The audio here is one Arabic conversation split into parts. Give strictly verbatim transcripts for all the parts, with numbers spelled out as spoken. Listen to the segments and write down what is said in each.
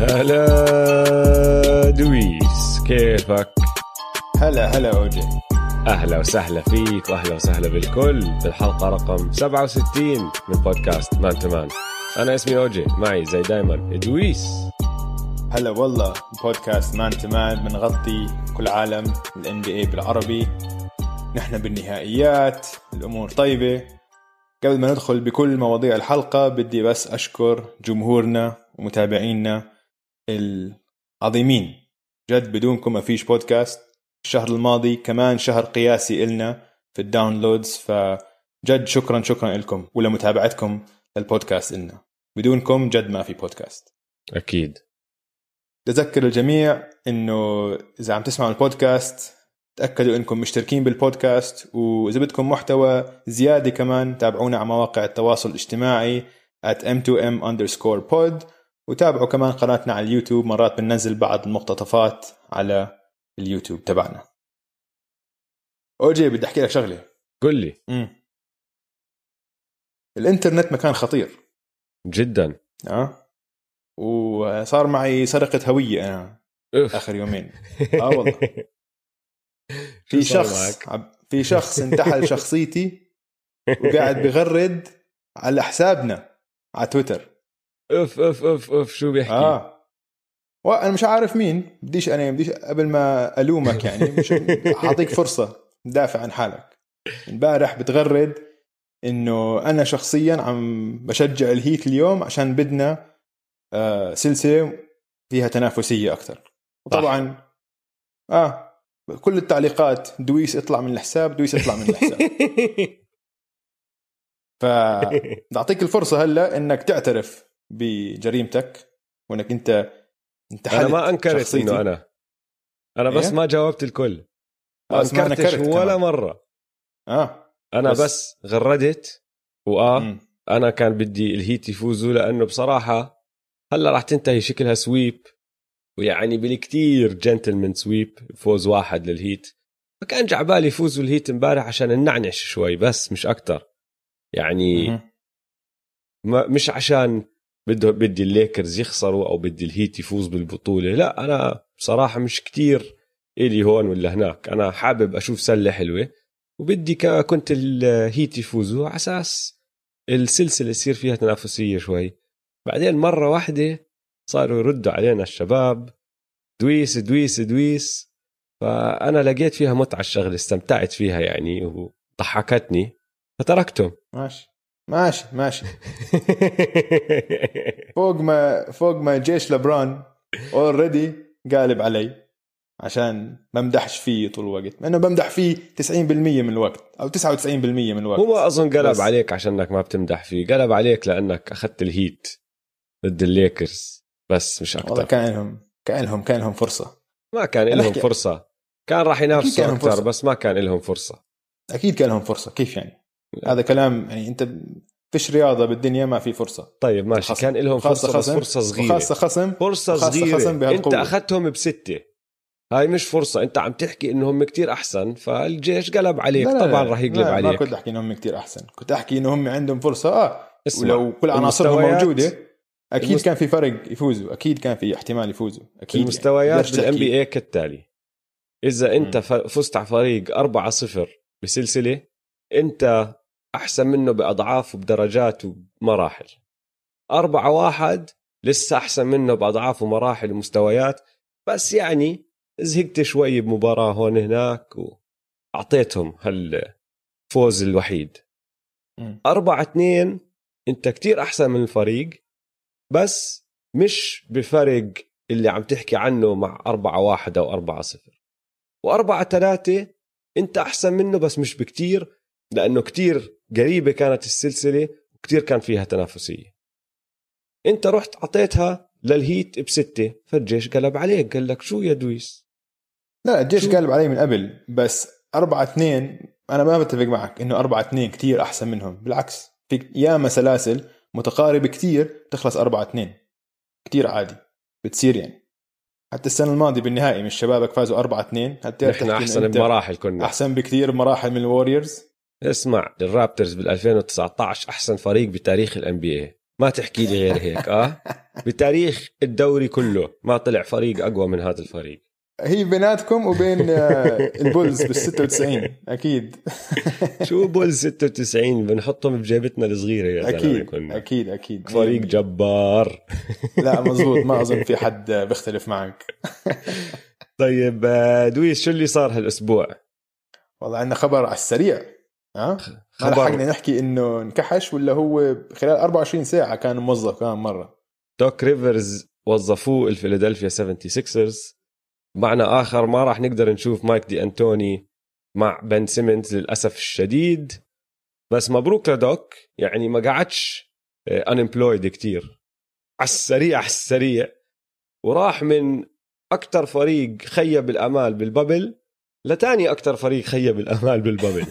هلا دويس، كيفك؟ هلا هلا أوجي، أهلا وسهلا فيك وأهلا وسهلا بالكل بالحلقة رقم سبعة وستين من بودكاست مان تمان. أنا اسمي أوجي، معي زي دايما دويس. هلا والله، بودكاست مان تمان بنغطي كل عالم ال إن بي إيه بالعربي. نحن بالنهائيات، الأمور طيبة. قبل ما ندخل بكل مواضيع الحلقة بدي بس أشكر جمهورنا ومتابعينا العظيمين، جد بدونكم ما فيش بودكاست. الشهر الماضي كمان شهر قياسي إلنا في الداونلودز، فجد شكرا شكرا لكم ولمتابعتكم للبودكاست إلنا. بدونكم جد ما في بودكاست. أكيد. تذكر الجميع إنه إذا عم تسمعوا البودكاست تأكدوا إنكم مشتركين بالبودكاست، وإذا بدكم محتوى زيادة كمان تابعونا على مواقع التواصل الاجتماعي at إم تو إم underscore pod، وتابعوا كمان قناتنا على اليوتيوب، مرات بننزل بعض المقتطفات على اليوتيوب تبعنا. أوجي بدي أحكي لك شغلة. قل لي. مم. الإنترنت مكان خطير جدا. أه وصار معي سرقة هوية أنا أوف. آخر يومين. آه والله في شخص عب... في شخص انتحل شخصيتي وقاعد بغرد على حسابنا على تويتر. أوف أوف أوف أوف شو بيحكي؟ آه وأنا مش عارف مين. بديش أنا بديش قبل ما ألومك يعني مش أعطيك فرصة دافع عن حالك. امبارح بتغرد إنه أنا شخصيا عم بشجع الهيت اليوم عشان بدنا آه سلسلة فيها تنافسية أكتر. وطبعا آه كل التعليقات دويس اطلع من الحساب، دويس اطلع من الحساب. فنعطيك الفرصة هلا انك تعترف بجريمتك وانك انت انتحلت. انا ما انكرت شخصيتي. انه انا انا بس إيه؟ ما جاوبت الكل، ما آه انكرتش ولا كمان. مرة. اه انا بس, بس غردت وآه م. انا كان بدي الهيت يفوزوا، لانه بصراحة هلا راح تنتهي شكلها سويب، ويعني بالكتير جنتلمان سويب، فوز واحد للهيت. فكان جعبالي يفوزوا الهيت امبارح عشان ننعنش شوي بس مش أكتر يعني. م- ما مش عشان بده بدي الليكرز يخسروا أو بدي الهيت يفوز بالبطولة، لا. أنا بصراحة مش كتير إلي هون ولا هناك، أنا حابب أشوف سلة حلوة وبدي كنت الهيت يفوزوا على أساس السلسلة يصير فيها تنافسية شوي. بعدين مرة واحدة صاروا يردوا علينا الشباب دويس دويس دويس، فأنا لقيت فيها متعة الشغل، استمتعت فيها يعني وضحكتني فتركتهم. ماشي ماشي ماشي. فوق ما فوق ما جيش لبران اوريدي قالب علي عشان بمدحش فيه طول الوقت، لأنه بمدح فيه تسعين بالمية من الوقت أو تسعة وتسعين بالمية من الوقت. هو ما أظن قلب بس. عليك عشانك ما بتمدح فيه، قلب عليك لأنك أخذت الهيت ضد الليكرز بس مش أكتر. والله كان لهم كان لهم كان لهم فرصة. ما كان لهم فرصة، كان راح ينافسوا أكتر فرصة. بس ما كان لهم فرصة. أكيد كان لهم فرصة. كيف يعني؟ لا. هذا كلام يعني أنت فيش رياضة بالدنيا ما في فرصة. طيب ماشي، كان لهم فرصة بس فرصة صغيرة. خاصة خصم فرصة صغيرة خصم أنت أخذتهم بستة، هاي مش فرصة. أنت عم تحكي إنهم كتير أحسن فالجيش قلب عليك. لا لا طبعا راح يقلب لا عليك. ما كنت أحكي إنهم كتير أحسن، كنت أحكي إنهم عندهم فرصة. آه ولو كل عناصرهم موجودة أكيد المست... كان في فرق يفوزوا، أكيد كان في احتمال يفوزوا. أكيد المستويات يعني. بالإن بي إيه كالتالي: إذا أنت م. فزت على فريق أربعة صفر بسلسلة، أنت أحسن منه بأضعاف وبدرجات ومراحل. أربعة واحد لسه أحسن منه بأضعاف ومراحل ومستويات، بس يعني زهقت شوي بمباراة هون هناك وأعطيتهم هالفوز الوحيد. م. أربعة اثنين أنت كتير أحسن من الفريق، بس مش بفرق اللي عم تحكي عنه مع أربعة واحد أو أربعة صفر. وأربعة ثلاثة أنت أحسن منه بس مش بكتير، لأنه كتير قريبة كانت السلسلة وكتير كان فيها تنافسية. أنت رحت عطيتها للهيت بستة، فالجيش قلب عليك قال لك شو يا دويس. لا الجيش قلب علي من قبل، بس أربعة اثنين أنا ما بتفق معك إنه أربعة اثنين كتير أحسن منهم. بالعكس، في ياما سلاسل متقاربة كتير تخلص أربعة اثنين كتير عادي بتصير يعني. حتى السنة الماضية بالنهائي مش شبابك فازوا أربعة اثنين، نحن أحسن بمراحل، كنا أحسن بكتير بمراحل من الواريورز. اسمع، الرابترز بال ألفين وتسعة عشر أحسن فريق بتاريخ ال إن بي إيه، ما تحكي لي غير هيك. اه بتاريخ الدوري كله ما طلع فريق اقوى من هذا الفريق. هي بيناتكم وبين البولز بالستة وتسعين أكيد. شو بولز ستة وتسعين بنحطهم بجيبتنا الصغيرة يا زلمة. أكيد كنا أكيد أكيد فريق جبار. لا مزبوط، ما أظن في حد بيختلف معك. طيب دويس شو اللي صار هالأسبوع؟ والله عندنا خبر على السريع. ها ما لحقنا نحكي إنه انكحش ولا هو خلال أربعة وعشرين ساعة كان موظف كمان مرة. دوك ريفرز وظفوه الفيلادلفيا سفنتي سيكسرز. معنى آخر ما راح نقدر نشوف مايك دي أنتوني مع بن سيمنز للأسف الشديد. بس مبروك لدوك، يعني ما قعدش unemployed كتير، على السريع على السريع وراح من أكتر فريق خيب الأمال بالبابل لتاني أكتر فريق خيب الأمال بالبابل.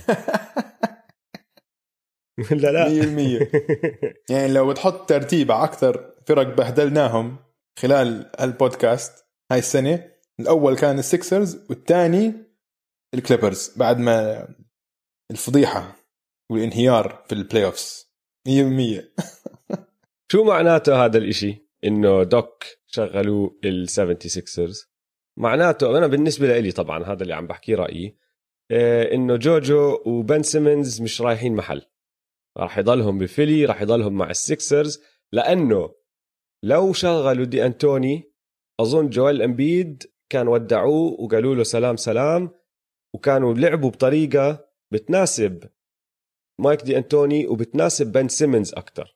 لا لا مية بالمية. يعني لو تحط ترتيب على أكتر فرق بهدلناهم خلال هالبودكاست هاي السنة، الأول كان السيكسرز والثاني الكليبرز بعد ما الفضيحة والانهيار في البلاي أوفس. مية بالمية. شو معناته هذا الاشي إنه دوك شغلوا السفنتي سيكسرز؟ معناته أنا بالنسبة لي طبعا هذا اللي عم بحكي رأيي، إنه جوجو وبن سيمنز مش رايحين محل، راح يضلهم بفيلي، راح يضلهم مع السيكسرز. لأنه لو شغلوا دي أنتوني أظن جويل أمبيد كان ودعوه وقالوا له سلام سلام، وكانوا لعبوا بطريقة بتناسب مايك دي أنتوني وبتناسب بن سيمنز أكتر.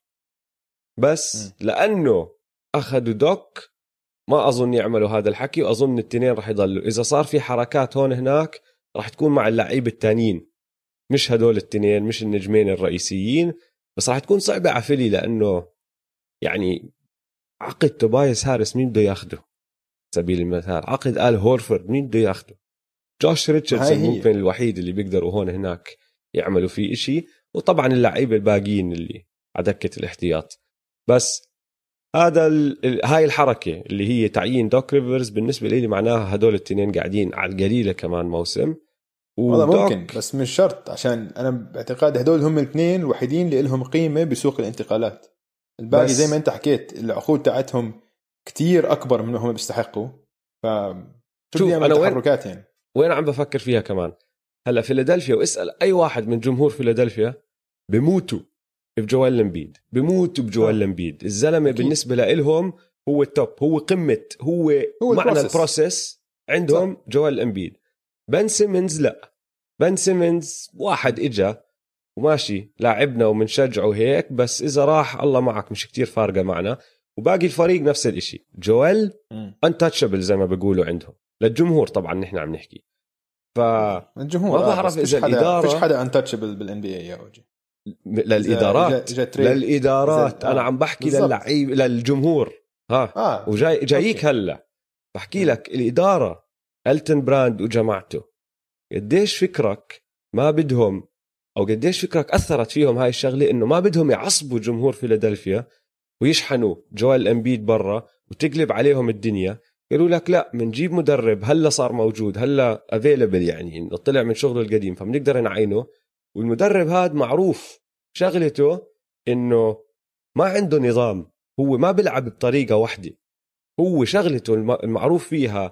بس م. لأنه أخذوا دوك ما أظن يعملوا هذا الحكي، وأظن التنين راح يضلوا. إذا صار في حركات هون هناك راح تكون مع اللعيبة التانيين، مش هدول التنين، مش النجمين الرئيسيين. بس راح تكون صعبة على فيلي، لأنه يعني عقد توبايس هاريس مين بده ياخده؟ سبيل المثال عقد آل هورفورد مين بده ياخده؟ جوش ريتشاردسون ممكن الوحيد اللي بيقدروا هون هناك يعملوا فيه إشي، وطبعا اللعيبة الباقيين اللي عدكة الاحتياط. بس هذا هاي الحركة اللي هي تعيين دوك ريفرز بالنسبة لي معناها هدول التنين قاعدين على القليلة كمان موسم. والله ممكن بس مش شرط، عشان أنا باعتقاد هدول هم الاثنين الوحيدين اللي لهم قيمة بسوق الانتقالات. الباقي زي ما انت حكيت العقود تاعتهم كتير أكبر من هم بيستحقوا. ف شو أنا وين يعني وين عم بفكر فيها كمان هلا فيلادلفيا، واسأل أي واحد من جمهور فيلادلفيا بموتوا بجوال امبيد، بموتوا بجوال امبيد. الزلمة أكيد. بالنسبة لهم هو التوب، هو قمة، هو, هو معنى البروسيس, البروسيس عندهم صح. جوال امبيد. بن سيمنز لا، بن سيمنز واحد إجا وماشي لاعبنا ومنشجعه هيك، بس إذا راح الله معك مش كتير فارقة معنا. وباقي الفريق نفس الاشي، جوال untouchable زي ما بيقولوا عندهم للجمهور. طبعا نحن عم نحكي فالجمهور ما بعرف إذا الإدارة فيش حدا untouchable بالان بي اي يا وجه للإدارات إجا إجا للإدارات أنا عم بحكي للعيب للجمهور ها آه. وجاي جايك أوكي. هلا بحكي م. لك الإدارة ألتون براند وجماعته قديش فكرك ما بدهم، أو قديش فكرك أثرت فيهم هاي الشغلة إنه ما بدهم يعصبوا جمهور فيلادلفيا ويشحنوا جوال امبيد برا وتقلب عليهم الدنيا. قالوا لك لا منجيب مدرب هلا صار موجود هلا افيلبل، يعني طلع من شغله القديم فبنقدر نعينه. والمدرب هاد معروف شغلته انه ما عنده نظام، هو ما بيلعب بطريقة واحدة، هو شغلته المعروف فيها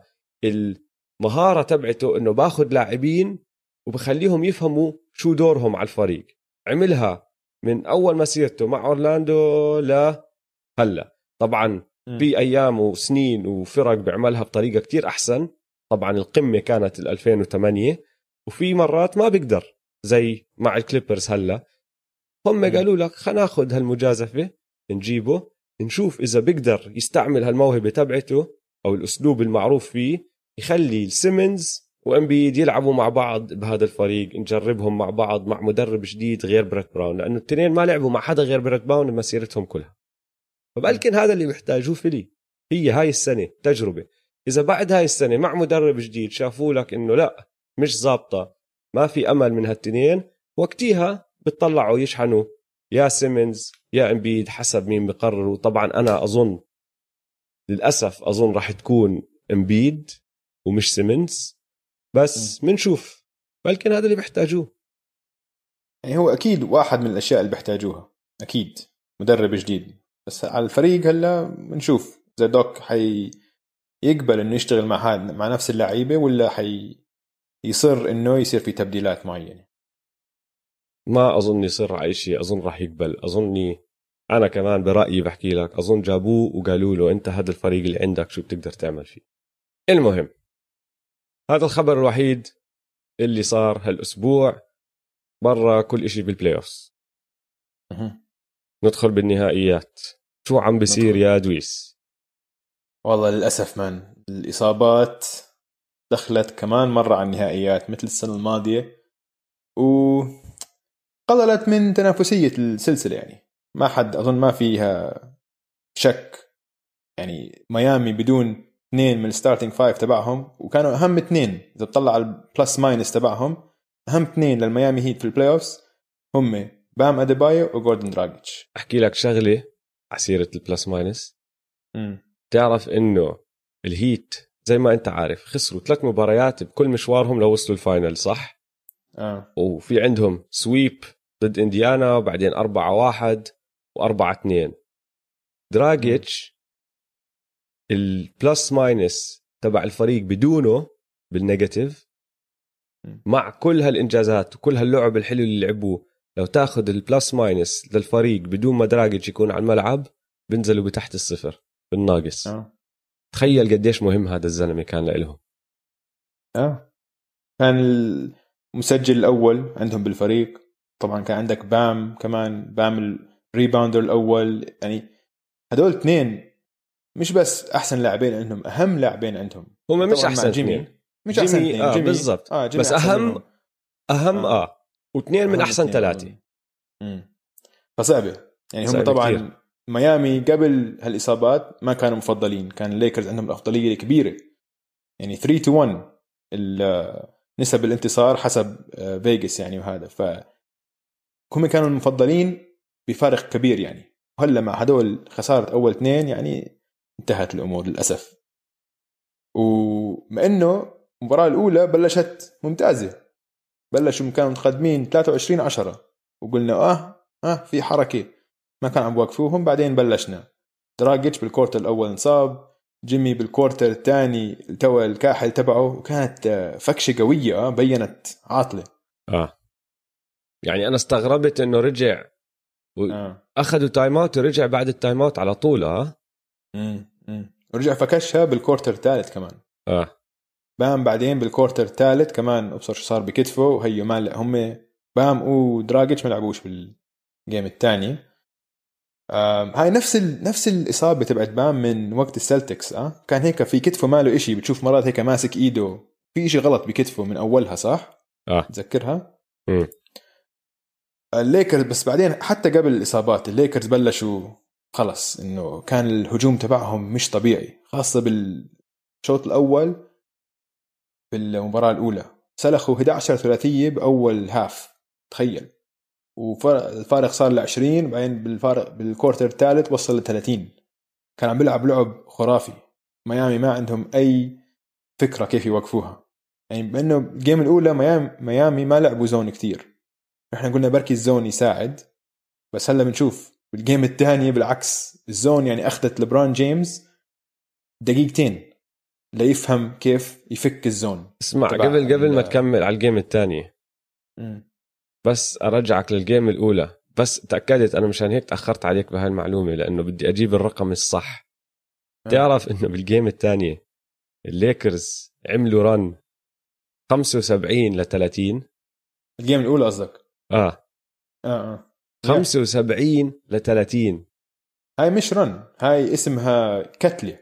المهارة تبعته انه باخد لاعبين وبخليهم يفهموا شو دورهم على الفريق. عملها من اول مسيرته مع اورلاندو لا هلا. طبعا في ايام وسنين وفرق بيعملها بطريقة كتير احسن، طبعا القمة كانت ألفين وثمانية، وفي مرات ما بيقدر زي مع الكليبرز. هلا هم قالوا لك خلينا ناخذ هالمجازفة نجيبه نشوف إذا بيقدر يستعمل هالموهبة تبعته أو الأسلوب المعروف فيه، يخلي السيمنز وأمبيد يلعبوا مع بعض بهذا الفريق، نجربهم مع بعض مع مدرب جديد غير بريت براون، لأنه التنين ما لعبوا مع حدا غير بريت براون بمسيرتهم كلها. فبالكن هذا اللي محتاجوه فيلي، هي هاي السنة تجربة. إذا بعد هاي السنة مع مدرب جديد شافوا لك إنه لا مش زابطة، ما في أمل من هالتنين، وقتها بتطلعوا يشحنوا يا سيمنز يا امبيد حسب مين بقرروا. طبعا أنا أظن للأسف أظن راح تكون امبيد ومش سيمنز، بس منشوف بلكن هذا اللي بيحتاجوه. يعني هو أكيد واحد من الأشياء اللي بيحتاجوها، أكيد مدرب جديد. بس على الفريق هلا بنشوف اذا دوك حي يقبل انه يشتغل مع هذا مع نفس اللعيبه ولا حي يصر انه يصير في تبديلات معينه. ما اظن يصر على شيء، اظن راح يقبل. اظني انا كمان برايي بحكي لك، اظن جابوه وقالوا له انت هذا الفريق اللي عندك شو بتقدر تعمل فيه. المهم هذا الخبر الوحيد اللي صار هالاسبوع، برا كل إشي بالبلاي اوفز. ندخل بالنهائيات، شو عم بيصير يا دويس؟ والله للاسف مان الاصابات دخلت كمان مره على النهائيات مثل السنه الماضيه، وقللت من تنافسيه السلسله. يعني ما حد اظن ما فيها شك، يعني ميامي بدون اثنين من الستارتنج فايف تبعهم، وكانوا اهم اثنين اذا تطلع على البلس ماينس تبعهم، اهم اثنين للميامي هيت في البلاي اوفز هم بام اديبايو وجوردن دراجيتش. احكي لك شغله عسيره البلس ماينس. امم تعرف انه الهيت زي ما انت عارف خسروا ثلاث مباريات بكل مشوارهم لو وصلوا الفاينل، صح؟ اه وفي عندهم سويب ضد انديانا، وبعدين أربعة واحد وأربعة اثنين. دراجيتش البلس ماينس تبع الفريق بدونه بالنيجاتيف، مع كل هالإنجازات وكل هاللعب الحلو اللي لعبوه، لو تاخذ البلس ماينس للفريق بدون ما دراجيتش يكون على الملعب بنزلوا بتحت الصفر بالناقص. اه تخيل قديش مهم هذا الزلمة كان لهم. اه كان المسجل الاول عندهم بالفريق، طبعا كان عندك بام كمان، بام الريباوندر الاول. يعني هدول اثنين مش بس احسن لاعبين عندهم، اهم لاعبين عندهم. هم مش احسن اثنين، مش احسن اثنين آه جيمي بالضبط. آه جيمي بس اهم منهم. اهم اه, آه. واثنين من احسن ثلاثه. امم فصعبه يعني. هم طبعا كتير. ميامي قبل هالاصابات ما كانوا مفضلين، كان الليكرز عندهم الافضليه الكبيره، يعني ثلاثة تو واحد نسب الانتصار حسب فيغاس يعني. وهذا ف هم كانوا المفضلين بفارق كبير يعني. وهلا مع هدول خساره اول اثنين يعني انتهت الامور للاسف. وما انه المباراه الاولى بلشت ممتازه، بلشوا كانوا متقدمين ثلاثة وعشرين عشرة، وقلنا اه اه في حركه، ما كان عم بوقفوهم. بعدين بلشنا دراجيتش بالكورتر الاول انصاب، جيمي بالكورتر الثاني تو الكاحل تبعه، وكانت فكشه قويه اه بينت عاطله. اه يعني انا استغربت انه رجع واخذوا آه. تايم اوت ورجع بعد التايم اوت على طول. اه امم امم ورجع فكشها بالكورتر الثالث كمان. اه بام بعدين بالكورتر الثالث كمان ابصر شو صار بكتفه، وهي ما هم بام ودراجيتش ما لعبوش بالجيم الثاني. هاي نفس ال... نفس الاصابه تبعت بام من وقت السلتكس. اه كان هيك في كتفه ماله إشي، بتشوف مرات هيك ماسك ايده في إشي غلط بكتفه من اولها، صح؟ اه تذكرها. امم الليكرز بس بعدين حتى قبل الاصابات الليكرز بلشوا خلص انه كان الهجوم تبعهم مش طبيعي، خاصه بالشوط الاول. بالمباراه الاولى سلخوا إحدى عشرة ثلاثيه باول هاف، تخيل. والفارق صار ل عشرين، بعدين بالفارق بالكورتر الثالث وصل ل ثلاثين. كان عم بيلعب لعب خرافي. ميامي ما عندهم اي فكره كيف يوقفوها، يعني بانه الجيم الاولى ميامي ميامي ما لعبوا زون كتير، احنا قلنا بركي الزون يساعد، بس هلا بنشوف بالجيم الثاني بالعكس الزون يعني اخذت لبران جيمس دقيقتين ليفهم كيف يفك الزون. اسمع قبل قبل ما تكمل على الجيم الثاني، بس ارجعك للجيم الاولى. بس تاكدت انا مشان هيك تاخرت عليك بهالمعلومه، لانه بدي اجيب الرقم الصح. أه. تعرف انه بالجيم الثاني الليكرز عملوا رن خمسة وسبعين ل ثلاثين. الجيم الاولى قصدك؟ اه اه اه خمسة وسبعين ل ثلاثين. هاي مش رن، هاي اسمها كتله.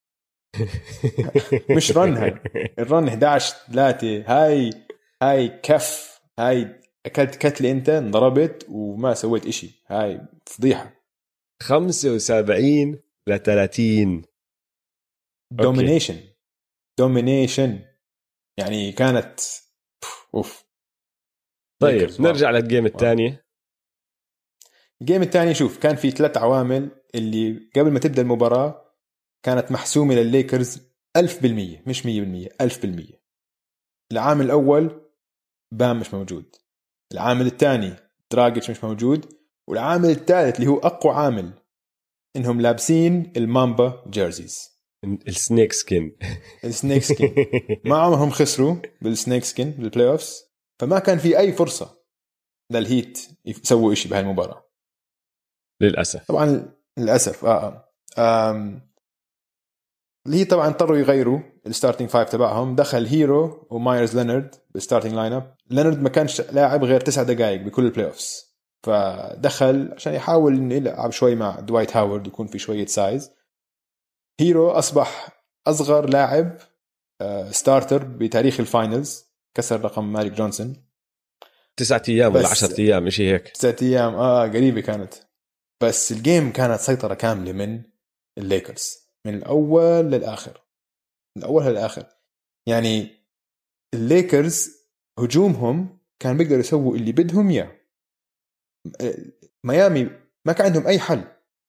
مش رن، هاي الرن إحدى عشر ثلاثة. هاي هاي كف، هاي اكلت كتله انت انضربت وما سويت إشي، هاي فضيحه. خمسة وسبعين ل ثلاثين دومينيشن دومينيشن يعني كانت اوف. طيب نرجع للجيم الثاني. الجيم الثاني شوف كان في ثلاث عوامل اللي قبل ما تبدا المباراه كانت محسومه للليكرز ألف بالمية، مش مية بالمية، ألف بالمية. العامل الاول بام مش موجود، العامل الثاني دراجيتش مش موجود، والعامل الثالث اللي هو اقوى عامل انهم لابسين المامبا جيرزيز، السنيك سكين السنيك سكين. ما عمرهم خسروا بالسنيك سكين بالبلاي اوفز، فما كان في اي فرصه للهيت يسووا إشي بهاي المباراه للاسف. طبعا للاسف اه, آه. آم. الهيت طبعا اضطروا يغيروا الستارتنج فايف تبعهم. دخل هيرو ومايرز لينارد بالستارتنج لاين اب. لينارد ما كانش لاعب غير تسع دقائق بكل البلاي اوفز، فدخل عشان يحاول انه يلعب شوي مع دوايت هاورد يكون في شويه سايز. هيرو اصبح اصغر لاعب ستارتر بتاريخ الفاينلز، كسر رقم مالك جونسون. تسعة ايام ولا عشرة ايام شيء هيك، تسعة ايام اه قريبه كانت. بس الجيم كانت سيطره كامله من الليكرز من الاول للاخر، من الاول للاخر. يعني الليكرز هجومهم كان بيقدروا يسووا اللي بدهم اياه. ميامي ما كان عندهم اي حل،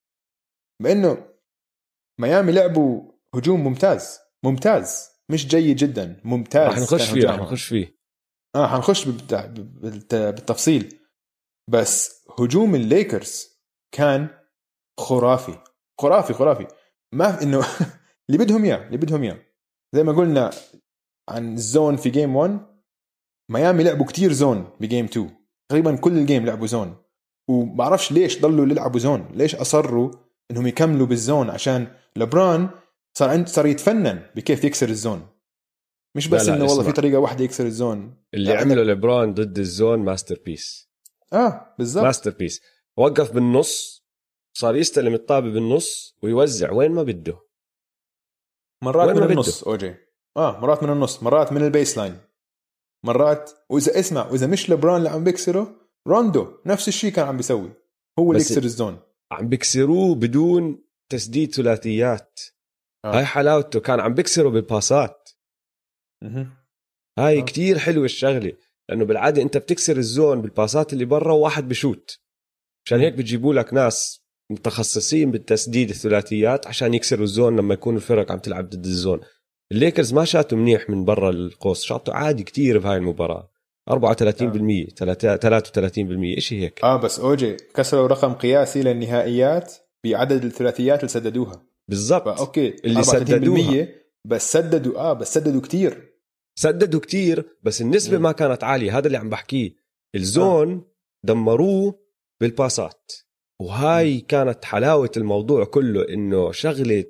بانه ميامي لعبوا هجوم ممتاز ممتاز، مش جيد جدا، ممتاز. راح نخش فيه راح نخش فيه اه حنخش بالتفصيل. بس هجوم الليكرز كان خرافي خرافي خرافي. ما انه اللي بدهم اياه اللي بدهم اياه زي ما قلنا عن الزون في جيم واحد. ميامي لعبوا كتير زون بجيم اثنين، تقريبا كل الجيم لعبوا زون، وبعرفش ليش ضلوا يلعبوا زون، ليش أصروا إنهم يكملوا بالزون. عشان لبران صار عند صار يتفنن بكيف يكسر الزون، مش بس إنه والله في طريقة واحدة يكسر الزون. اللي يعني عمله لبران ضد الزون ماستر بيس. آه بالضبط ماستر بيس. وقف بالنص، صار يستلم الطابة بالنص ويوزع وين ما بده، مرات من النص أوجي آه مرات من النص، مرات من البيس لاين، مرات. وإذا اسمع وإذا مش لبران اللي عم بيكسره، روندو نفس الشيء كان عم بيسوي، هو اللي يكسر الزون. عم بيكسروه بدون تسديد ثلاثيات. آه. هاي حلاوته، كان عم بيكسره بالباسات. مه. هاي آه. كتير حلوة الشغلة، لأنه بالعادة أنت بتكسر الزون بالباسات اللي برا وواحد بشوت. عشان هيك بتجيبوا لك ناس متخصصين بالتسديد الثلاثيات عشان يكسروا الزون لما يكون الفرق عم تلعب ضد الزون. الليكرز ما شاتوا منيح من برا القوس، شاتوا عادي كتير بهاي المباراة، أربعة وثلاثين بالمية ثلاثة وثلاثين بالمية إشي هيك. اه بس اوجي كسروا رقم قياسي للنهائيات بعدد الثلاثيات اللي سددوها. بالضبط. اوكي اللي سددوها، بس سددوا اه بس سددوا كتير سددوا كتير، بس النسبة م. ما كانت عالية. هذا اللي عم بحكيه. الزون آه. دمروه بالباسات، وهاي م. كانت حلاوة الموضوع كله، إنه شغلة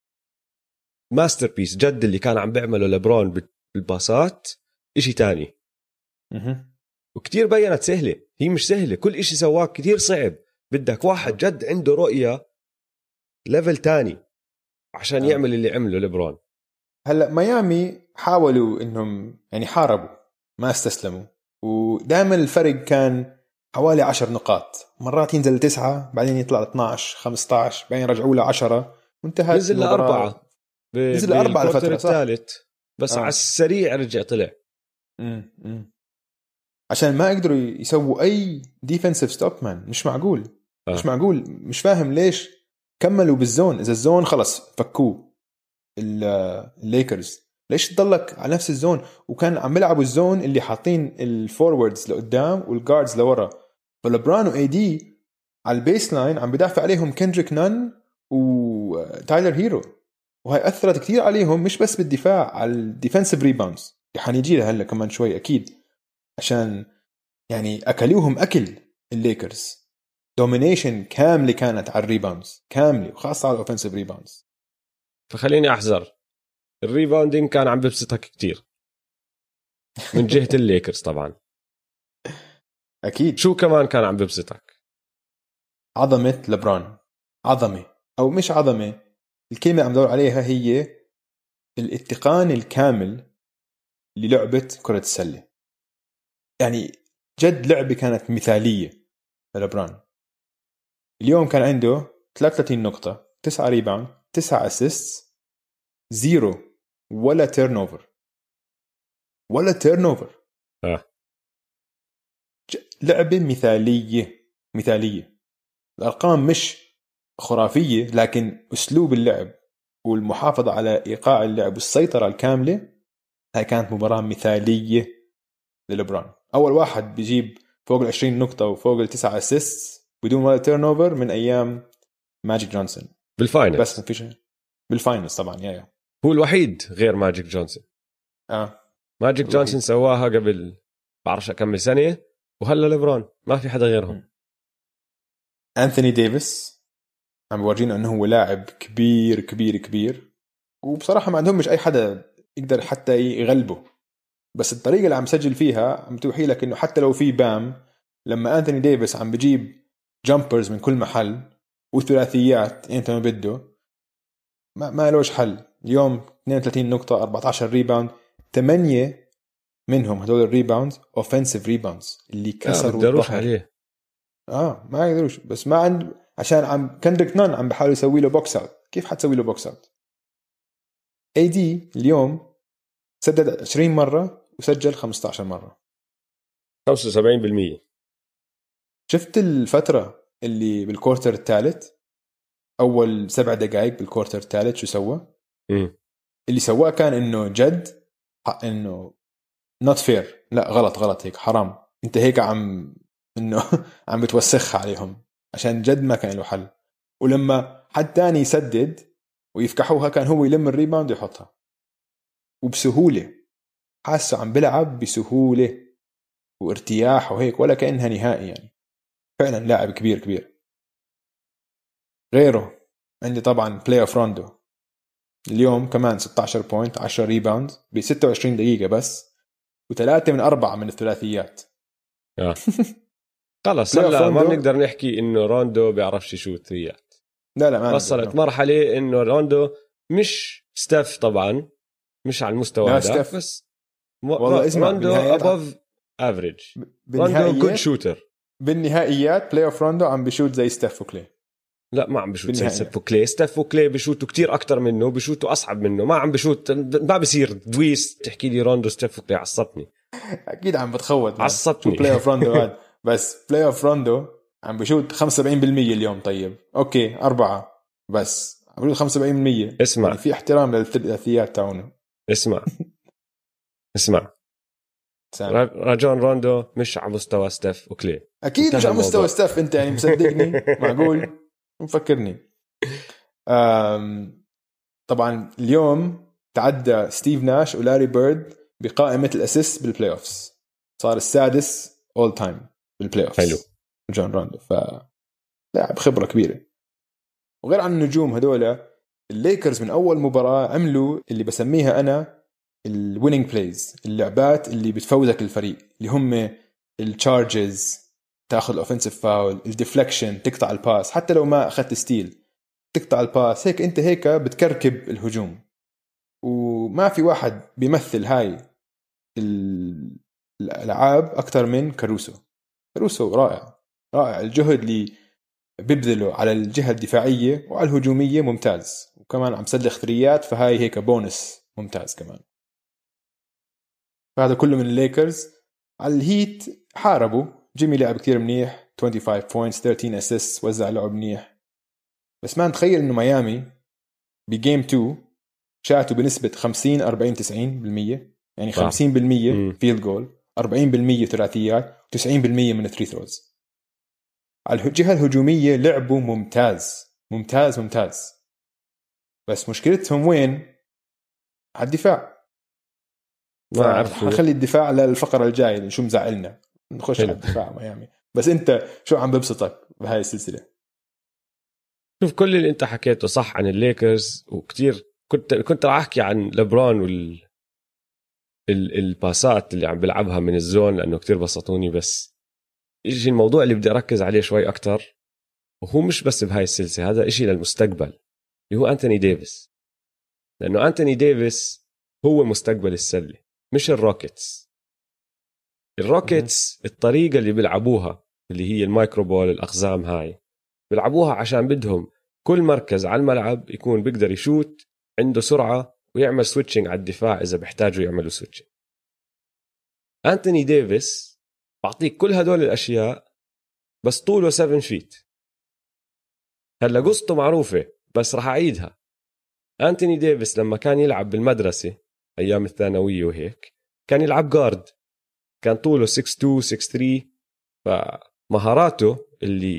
ماستر بيس جد اللي كان عم بيعمله لبرون بالباسات إشي تاني. م- وكتير بينت سهلة، هي مش سهلة، كل إشي سواك كتير صعب. بدك واحد جد عنده رؤية ليفل تاني عشان آه. يعمل اللي عمله لبرون. هلأ ميامي حاولوا إنهم يعني حاربوا، ما استسلموا، ودائما الفرق كان حوالي عشر نقاط. مرات ينزل تسعة، بعدين يطلع اثناش خمسة عشر، بعدين رجعوا له عشرة، وانتهت نزل لأربعة ب... نزل لأربعة الفترة الثالث. بس آه. على السريع رجع طلع. مم. مم. عشان ما قدروا يسووا أي ديفنسيف ستوب مان. مش معقول آه. مش معقول. مش فاهم ليش كملوا بالزون. إذا الزون خلص فكوه الليكرز، ليش تضلك على نفس الزون؟ وكان عم يلعبوا الزون اللي حاطين الفوروردز لقدام والجاردز لورا. فلبران واي دي على البيس لاين عم بدافع عليهم كندريك نان وتايلر هيرو، وهي أثرت كتير عليهم، مش بس بالدفاع، على الديفنسيف ريباوندز. حنيجي لها هلا كمان شوي أكيد، عشان يعني أكلوهم أكل الليكرز. دومينيشن كاملة كانت على الريباوندز، كاملة، وخاصة على الأوفنسيف ريباوندز. فخليني أحذر، الريباوندين كان عم ببسطك كتير من جهة الليكرز طبعا. أكيد. شو كمان كان عم ببسطك؟ عظمة لبران. عظمة أو مش عظمة، الكلمة عم دور عليها هي الاتقان الكامل للعبة كرة السلة. يعني جد لعبة كانت مثالية للبران. اليوم كان عنده ثلاثة وثلاثين نقطة، تسعة ريباوند، تسعة أسيست، زيرو ولا تيرن اوفر، ولا تيرن اوفر. آه. لعبة مثالية مثالية. الأرقام مش خرافية، لكن أسلوب اللعب والمحافظة على إيقاع اللعب والسيطرة الكاملة، هاي كانت مباراة مثالية للبران. أول واحد بيجيب فوق العشرين نقطة وفوق التسعة أسيست بدون ولا تيرن اوفر من أيام ماجيك جونسون بالفاينل، بس ما فيش بالفاينلز طبعا. يا يا هو الوحيد غير ماجيك جونسون. اه ماجيك الوحيد. جونسون سواها قبل بعرفش كم سنة، وهلا ليبرون ما في حدا غيرهم. م. أنثوني ديفيس عم بورجينا انه هو لاعب كبير كبير كبير، وبصراحه ما عندهم مش اي حدا يقدر حتى يغلبه، بس الطريقه اللي عم سجل فيها عم توحي لك انه حتى لو في بام، لما أنثوني ديفيس عم بجيب جامبرز من كل محل وثلاثيات انت ما بده، ما ما لوش حل. اليوم اثنين وثلاثين نقطه، أربعة عشر ريباوند، ثمانية منهم هدول الريباوندز اوفنسيف ريباوندز اللي كسروا الظهر. عليه اه ما يقدروش، بس ما عند عشان عم كندريك نان عم بحاول يسوي له بوكس اوت. كيف حتسوي له بوكس اوت؟ اي دي اليوم سدد عشرين مره وسجل خمسة عشر مره، خمسة وسبعين بالمية. شفت الفتره اللي بالكورتر الثالث، اول سبع دقائق بالكورتر الثالث شو سوى؟ م. اللي سواه كان انه جد انه not fair، لا غلط غلط هيك حرام، انت هيك عم انه عم بتوسخها عليهم، عشان جد ما كان له حل. ولما حد تاني يسدد ويفكحوها كان هو يلم الريباوند ويحطها وبسهولة، حاسه عم بلعب بسهولة وارتياح وهيك ولا كأنها نهائي. يعني فعلا لاعب كبير كبير. غيره عندي طبعا بلاي اوف روندو، اليوم كمان ستة عشر بوينت، عشرة ريباوند ب ستة وعشرين دقيقة بس، وثلاثة من أربعة من الثلاثيات. آه. خلص هلا ما بنقدر نحكي إنه روندو بيعرفش يشوت ثريات. لا لا ما وصلت مرحلة إنه روندو مش ستيف طبعا، مش على المستوى هذا، بس والله اسمع روندو above average. روندو good shooter. بالنهائيات بلاي اوف روندو عم بيشوت زي ستيف وكلي. لا ما عم بشوت زي ستيف وكلي. ستيف وكلي بيشوتوا كتير أكتر منه، بيشوتوا أصعب منه. ما عم بشوت، ما بصير دويس تحكي لي روندو ستيف وكلي. عصبتني أكيد عم بتخوت عصبتني بلاي اوف روندو هاد. بس بلاي اوف روندو عم بشوت خمسة وسبعين بالمية اليوم. طيب أوكي أربعة بس عم بشوت خمسة وسبعين بالمية. اسمع يعني في احترام للثلاثيات تاعونه. اسمع اسمع راجون روندو مش على مستوى ستيف وكلي. أكيد مش على مستوى ستيف. أنت يعني مصدقني؟ معقول مفكرني؟ طبعا اليوم تعدى ستيف ناش ولاري بيرد بقائمة الأسيست بالبلاي أوفس، صار السادس all time بالبلاي أوفس. حلو جون روندو، فلاعب خبرة كبيرة. وغير عن النجوم هدول، الليكرز من أول مباراة عملوا اللي بسميها أنا الويننج بلايز، اللعبات اللي بتفوزك الفريق، اللي هم التشارجز، تاخذ الاوفنسيف فاول، الديفليكشن، تقطع الباس حتى لو ما اخذت ستيل، تقطع الباس هيك انت هيك بتكركب الهجوم. وما في واحد بيمثل هاي الالعاب اكثر من كاروسو. كاروسو رائع رائع، الجهد اللي بيبذله على الجهه الدفاعيه وعلى الهجوميه ممتاز، وكمان عم سلخ ثريات، فهاي هيك بونس ممتاز كمان. فهذا كله من الليكرز. على الهيت حاربوا، جيمي لعب كتير منيح، خمسة وعشرين بوينتس، ثلاثة عشر اسيست، وزع لعب منيح. بس ما نتخيل انه ميامي بجيم اثنين شاتوا بنسبة خمسين أربعين تسعين بالمية، يعني خمسين بالمية فيلد جول، أربعين بالمية ثلاثيات، وتسعين بالمية من الثري ثروز. على الجهة الهجومية لعبوا ممتاز ممتاز ممتاز، بس مشكلتهم وين؟ على الدفاع. ما أعرف، حخلي الدفاع للفقرة الجاية اللي شو مزعلنا، نخش على الدفاع ميامي. بس أنت شو عم ببسطك بهاي السلسلة؟ شوف، كل اللي أنت حكيته صح عن الليكرز، وكتير كنت كنت راح أحكي عن لبران وال ال... الباسات اللي عم بلعبها من الزون، لأنه كتير بسطوني. بس إيش الموضوع اللي بدي أركز عليه شوي أكتر، وهو مش بس بهاي السلسلة، هذا إشي للمستقبل، اللي هو أنتوني ديفيس. لأنه أنتوني ديفيس هو مستقبل السلة، مش الروكيتس. الروكيتس الطريقة اللي بيلعبوها اللي هي المايكرو بول، الأقزام هاي بيلعبوها عشان بدهم كل مركز على الملعب يكون بيقدر يشوت، عنده سرعة، ويعمل سويتشنج على الدفاع إذا بيحتاجوا يعملوا سويتشنج. أنتوني ديفيس بعطيك كل هدول الأشياء بس طوله سبعة فيت. هلا قصته معروفة بس رح أعيدها. أنتوني ديفيس لما كان يلعب بالمدرسة أيام الثانوية وهيك كان يلعب جارد، كان طوله ستة اثنين ستة ثلاثة، فمهاراته اللي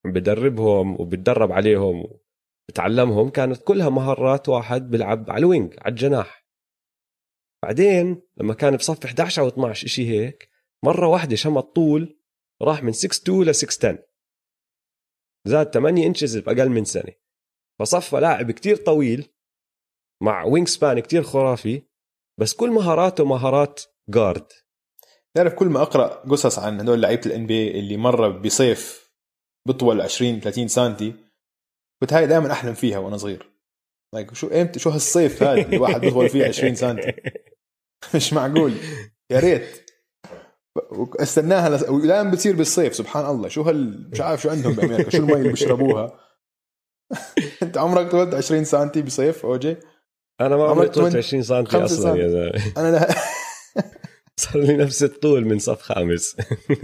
بدربهم وبتدرب عليهم وبتعلمهم، كانت كلها مهارات واحد بيلعب على الوينج على الجناح. بعدين لما كان بصف إحدى عشر أو اثنا عشر إشي هيك، مرة واحدة شمط طول راح من ستة اثنين ل ستة عشرة، زاد ثمانية انشز بأقل من سنة. فصفى لاعب كتير طويل مع وينج سبان كتير خرافي، بس كل مهاراته مهارات جارد. تعرف كل ما أقرأ قصص عن هدول لعيبة الان بي اللي مرة بصيف بطول عشرين ثلاثين سنتي، كنت هاي دائما أحلم فيها وأنا صغير. like شو إمتى شو هالصيف هذا الواحد بيطول فيه عشرين سنتي؟ مش معقول. يا ريت استناها لس... والآن بتصير بالصيف. سبحان الله شو هال مش عارف شو عندهم بأمريكا، شو المي اللي بيشربوها. أنت عمرك طولت عشرين سنتي بصيف أوجي؟ أنا ما عمري طولت عشرين سنتي أصلا يا زلمة. أنا لا صار لي نفس الطول من صف خامس.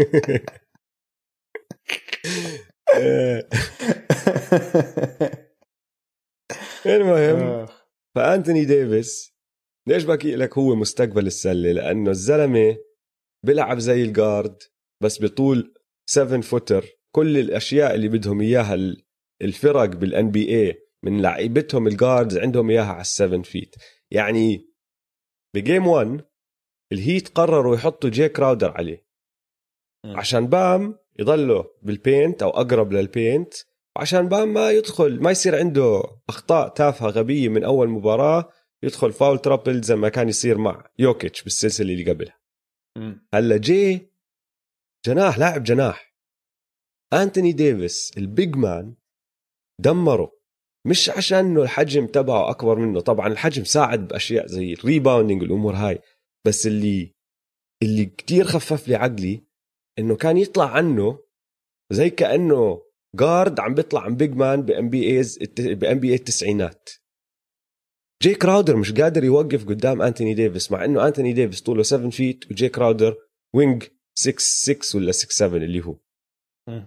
المهم، فأنتوني ديفيس ليش بحكي لك هو مستقبل السلة؟ لأنه الزلمة بيلعب زي الجارد بس بطول سبعة فوتر. كل الأشياء اللي بدهم إياها الفرق بالان بي اي من لعيبتهم الجاردز عندهم إياها على السبن فيت. يعني بجيم واحد الهيت قرروا يحطوا جاي كراودر عليه عشان بام يضله بالبينت أو أقرب للبينت، وعشان بام ما يدخل ما يصير عنده أخطاء تافهة غبية من أول مباراة، يدخل فاول ترابل زي ما كان يصير مع يوكيتش بالسلسلة اللي قبلها. هلا جي جناح، لاعب جناح. أنتوني ديفيس البيج مان دمره، مش عشان انه الحجم تبعه اكبر منه، طبعا الحجم ساعد باشياء زي الريباوندينج والامور هاي، بس اللي اللي كتير خفف لي عقلي انه كان يطلع عنه زي كانه جارد عم بيطلع عن بيج مان بام بي ايز بام بي اي التسعينات. جاي كراودر مش قادر يوقف قدام أنتوني ديفيس، مع انه أنتوني ديفيس طوله سبعة فيت وجاي كراودر وينج ستة ستة ولا ستة سبعة اللي هو م.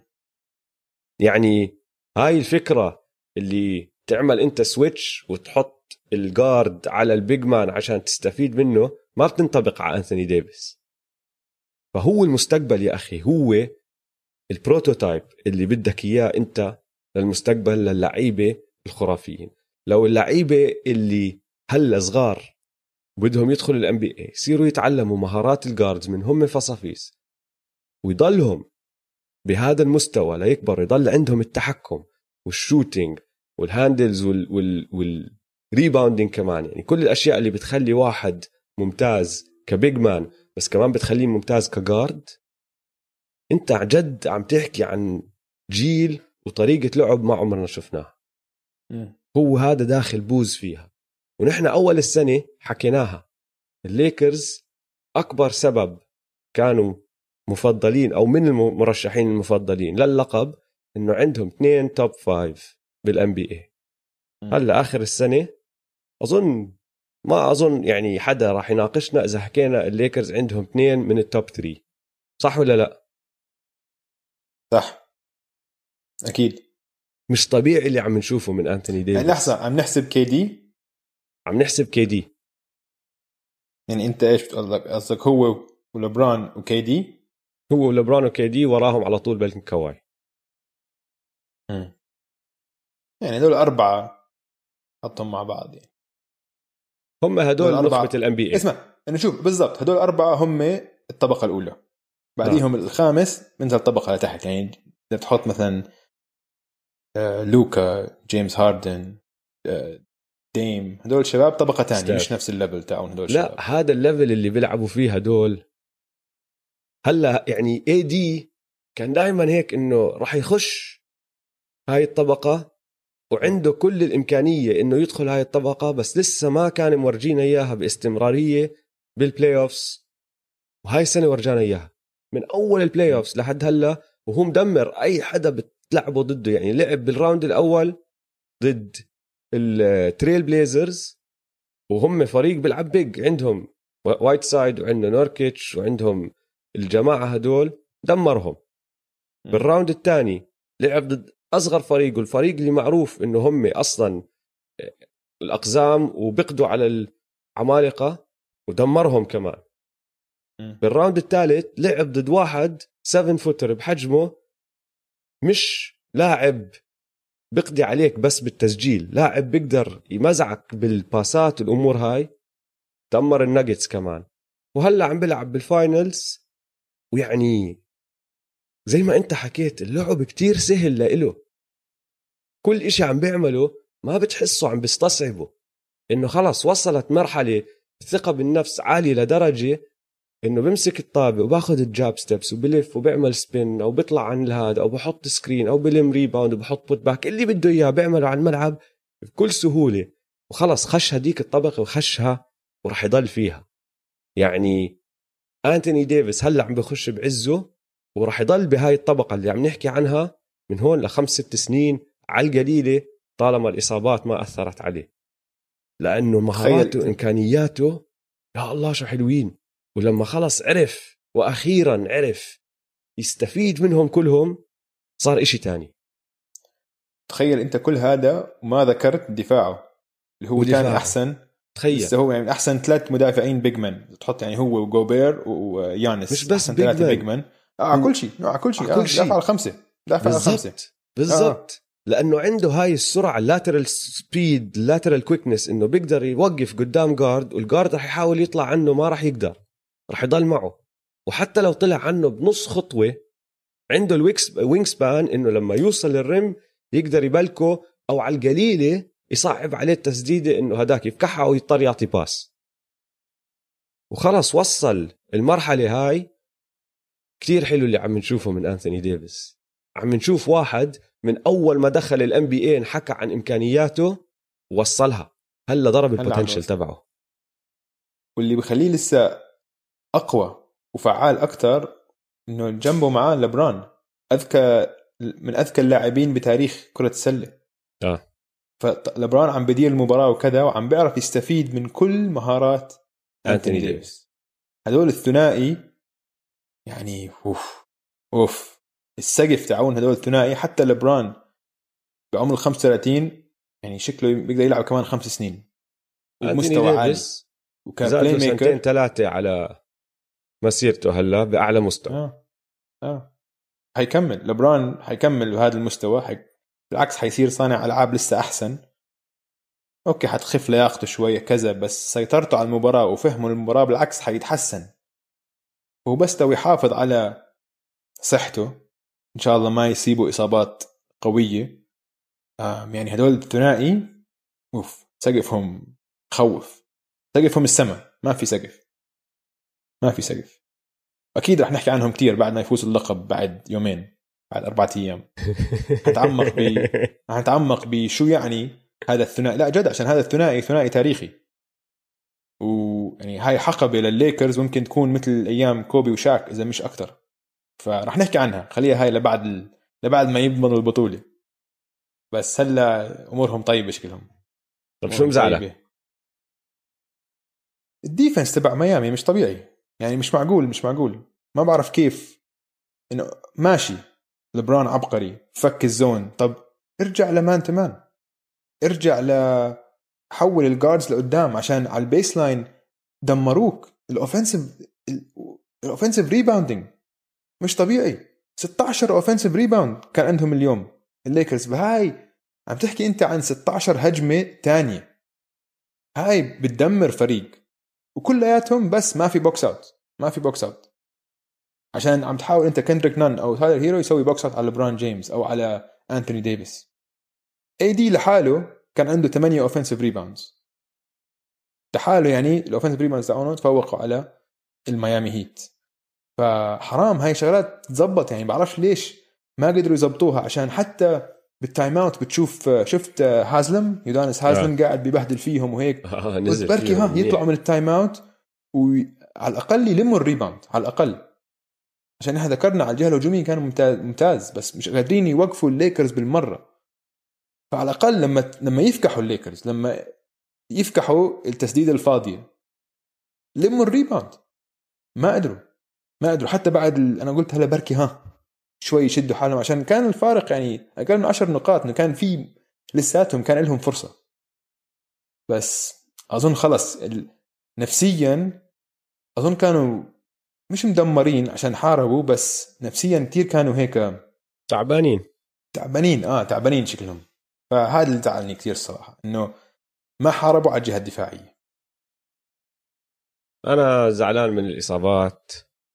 يعني هاي الفكرة اللي تعمل انت سويتش وتحط الجارد على البيج مان عشان تستفيد منه ما بتنطبق على أنتوني ديفيس. فهو المستقبل يا أخي، هو البروتوتايب اللي بدك إياه انت للمستقبل للعيبة الخرافيين. لو اللعيبة اللي هلا صغار بدهم يدخلوا الام بي اي يصيروا يتعلموا مهارات الجاردز من هم فصفيس ويضلهم بهذا المستوى ليكبر، يضل عندهم التحكم والشوتينج والهاندلز وال وال والريباوندينج كمان، يعني كل الاشياء اللي بتخلي واحد ممتاز كبيج مان بس كمان بتخليه ممتاز كجارد. انت عجد عم تحكي عن جيل وطريقة لعب ما عمرنا شفناها. هو هذا داخل بوز فيها، ونحن أول السنة حكيناها. الليكرز أكبر سبب كانوا مفضلين أو من المرشحين المفضلين للقب إنه عندهم اثنين توب فايف بالان بي اي. هلا آخر السنة أظن ما أظن يعني حدا راح يناقشنا إذا حكينا الليكرز عندهم اثنين من التوب ثري، صح ولا لا؟ صح أكيد. مش طبيعي اللي عم نشوفه من أنتوني ديفيس. يعني لحظة، عم نحسب كي دي عم نحسب كي دي يعني أنت إيش بتقصدك؟ قصدك هو ولبران وكي دي؟ هو ولبران وكي دي وراهم على طول بلكن كواي. م. يعني هدول أربعة حطهم مع بعض، يعني هم هدول نخبة الان بي اي. اسمع أنا شوف بالضبط، هدول أربعة هم الطبقة الأولى، بعديهم نعم. الخامس من الطبقة لتحت، يعني تحط مثلا لوكا، جيمس هاردن، ديم، هدول شباب طبقة تانية مش نفس الليفل تاعون هدول لا شباب. هذا الليفل اللي بيلعبوا فيه هدول. هلا يعني اي دي كان دائما هيك انه راح يخش هاي الطبقة وعنده كل الإمكانية انه يدخل هاي الطبقة، بس لسه ما كان مورجينا اياها باستمرارية بالبلاي اوفس، وهاي السنة ورجانا اياها من اول البلاي اوفس لحد هلا، وهو مدمر اي حدا بتلعبه ضده. يعني لعب بالراوند الاول ضد التريل بليزرز وهم فريق بيلعب بيج، عندهم وايت سايد وعندنا نوركيتش وعندهم الجماعة هدول، دمرهم. بالراوند الثاني لعب ضد أصغر فريق والفريق اللي معروف إنه هم أصلا الأقزام وبقدوا على العمالقة ودمرهم كمان. بالراوند الثالث لعب ضد واحد سبعة فوتر بحجمه مش لاعب بيقضي عليك بس بالتسجيل، لاعب بيقدر يمزعك بالباسات والأمور هاي. تأمر الناجتس كمان، وهلأ عم بلعب بالفاينلز. ويعني زي ما انت حكيت اللعب كتير سهل لإله، كل إشي عم بيعمله ما بتحسه عم بيستصعبه، إنه خلص وصلت مرحلة الثقة بالنفس عالية لدرجة إنه بمسك الطابة وباخد الجاب ستيبس وبلف وبيعمل سبين أو بيطلع عن الهاد أو بحط سكرين أو بلم ريباوند وبحط بوت باك، اللي بده إياه بيعمله على الملعب بكل سهولة. وخلص خش هديك الطبقة وخشها ورح يضل فيها. يعني أنتوني ديفيس هلأ عم بخش بعزه ورح يضل بهاي الطبقة اللي عم نحكي عنها من هون لخمس ست سنين على القليلة، طالما الإصابات ما أثرت عليه، لأنه مهاراته وإمكانياته يا الله شو حلوين. ولما خلص عرف وأخيرا عرف يستفيد منهم كلهم صار إشي تاني. تخيل أنت كل هذا وما ذكرت دفاعه اللي هو تاني أحسن. تخيل هو يعني أحسن ثلاث مدافعين بيجمان تحط، يعني هو وجوبير ويانس مش بس أحسن ثلاثة بيجمان آه على كل شيء على كل شيء آه دافع على خمسة دافع على خمسة بالضبط آه. لأنه عنده هاي السرعة اللاترال سبيد اللاترال كويكنس، إنه بيقدر يوقف قدام جارد والجارد رح يحاول يطلع عنه ما رح يقدر، رح يضل معه. وحتى لو طلع عنه بنص خطوة عنده الويكس وينج سبان إنه لما يوصل للرم يقدر يبلكه، أو على القليلة يصعب عليه التسديدة إنه هداك يفكحها أو يضطر يعطي باس. وخلص وصل المرحلة هاي. كتير حلو اللي عم نشوفه من أنثوني ديفيس. عم نشوف واحد من أول ما دخل ال إن بي إيه نحكى عن إمكانياته ووصلها، هلا ضرب البوتنشل تبعه. واللي بخليه لسه أقوى وفعال أكتر إنه جنبه معاه لبران، أذكى من أذكى اللاعبين بتاريخ كرة السلة. آه. فلبران عم بدير المباراة وكذا، وعم بيعرف يستفيد من كل مهارات أنتوني ديفيس. هدول الثنائي يعني أوف أوف السقف تعاون هدول الثنائي. حتى لبران بعمر خمسة وثلاثين يعني شكله بيقدر يلعب كمان خمس سنين ومستوى عالي وكبلاي ميكر. سنتين ثلاثة على مسيرته هلا بأعلى مستوى. آه. آه. هيكمل لبران هيكمل بهذا المستوى حي... بالعكس حيصير صانع ألعاب لسه أحسن. أوكي حتخف لياقته شوية كذا، بس سيطرته على المباراة وفهمه المباراة بالعكس حيتحسن. هو بس لو يحافظ على صحته إن شاء الله ما يصيبوا إصابات قوية. آه يعني هدول الثنائي أوف سقفهم خوف، سقفهم السماء، ما في سقف ما في سقف. أكيد رح نحكي عنهم كتير بعد ما يفوز اللقب بعد يومين بعد أربعة أيام. هنتعمق ب هنتعمق بشو يعني هذا الثنائي. لا جد عشان هذا الثنائي ثنائي تاريخي، ويعني هاي حقبة للليكرز ممكن تكون مثل أيام كوبي وشاك إذا مش أكتر. فرح نحكي عنها، خليها هاي لبعد ال... لبعد ما يضمنوا البطولة. بس هلا أمورهم طيبة شكلهم. طب شو مزعلك؟ الديفنس تبع ميامي مش طبيعي، يعني مش معقول مش معقول ما بعرف كيف إنه ماشي. لبران عبقري فك الزون، طب ارجع لمان تمان، ارجع ل حول الجاردز لقدام عشان على البيس لاين دمروك. الاوفنسيف الاوفنسيف ريباوندينج مش طبيعي. ستة عشر اوفنسيف ريباوند كان عندهم اليوم الليكرز. بهاي عم تحكي انت عن ستة عشر هجمة تانية، هاي بتدمر فريق. وكلياتهم بس ما في بوكس اوت ما في بوكس اوت عشان عم تحاول انت كندريك نان او تايلر هيرو يسوي بوكس اوت على لبران جيمس او على أنتوني ديفيس. اي دي لحاله كان عنده ثمانية اوفنسيف ريباوندز لحاله، يعني الاوفنسيف ريباوندز تاعونه تفوقوا على الميامي هيت. فحرام هاي شغلات تزبط، يعني بعرفش ليش ما قدروا يزبطوها. عشان حتى بالتايم اوت بتشوف شفت هازلم يودانس هازلم آه. قاعد بيبهدل فيهم وهيك آه نزل بركي ها يطلعوا من التايم اوت وعلى الاقل يلموا الريباوند على الاقل. عشان احنا ذكرنا على الجهه الهجوميه كانوا ممتاز, ممتاز بس مش قادرين يوقفوا الليكرز بالمره. فعلى الاقل لما لما يفكحوا الليكرز لما يفكحوا التسديده الفاضيه لموا الريباوند ما قدروا ما قدروا حتى بعد ال... انا قلت هلا بركي ها شوي يشدوا حالهم عشان كان الفارق يعني اقل من عشر نقاط، انه كان في لساتهم كان لهم فرصه. بس اظن خلص ال... نفسيا اظن كانوا مش مدمرين عشان حاربوا، بس نفسيا كتير كانوا هيك تعبانين تعبانين اه تعبانين شكلهم. فهذا اللي زعلني كثير الصراحه، انه ما حاربوا على الجهه الدفاعيه. انا زعلان من الاصابات،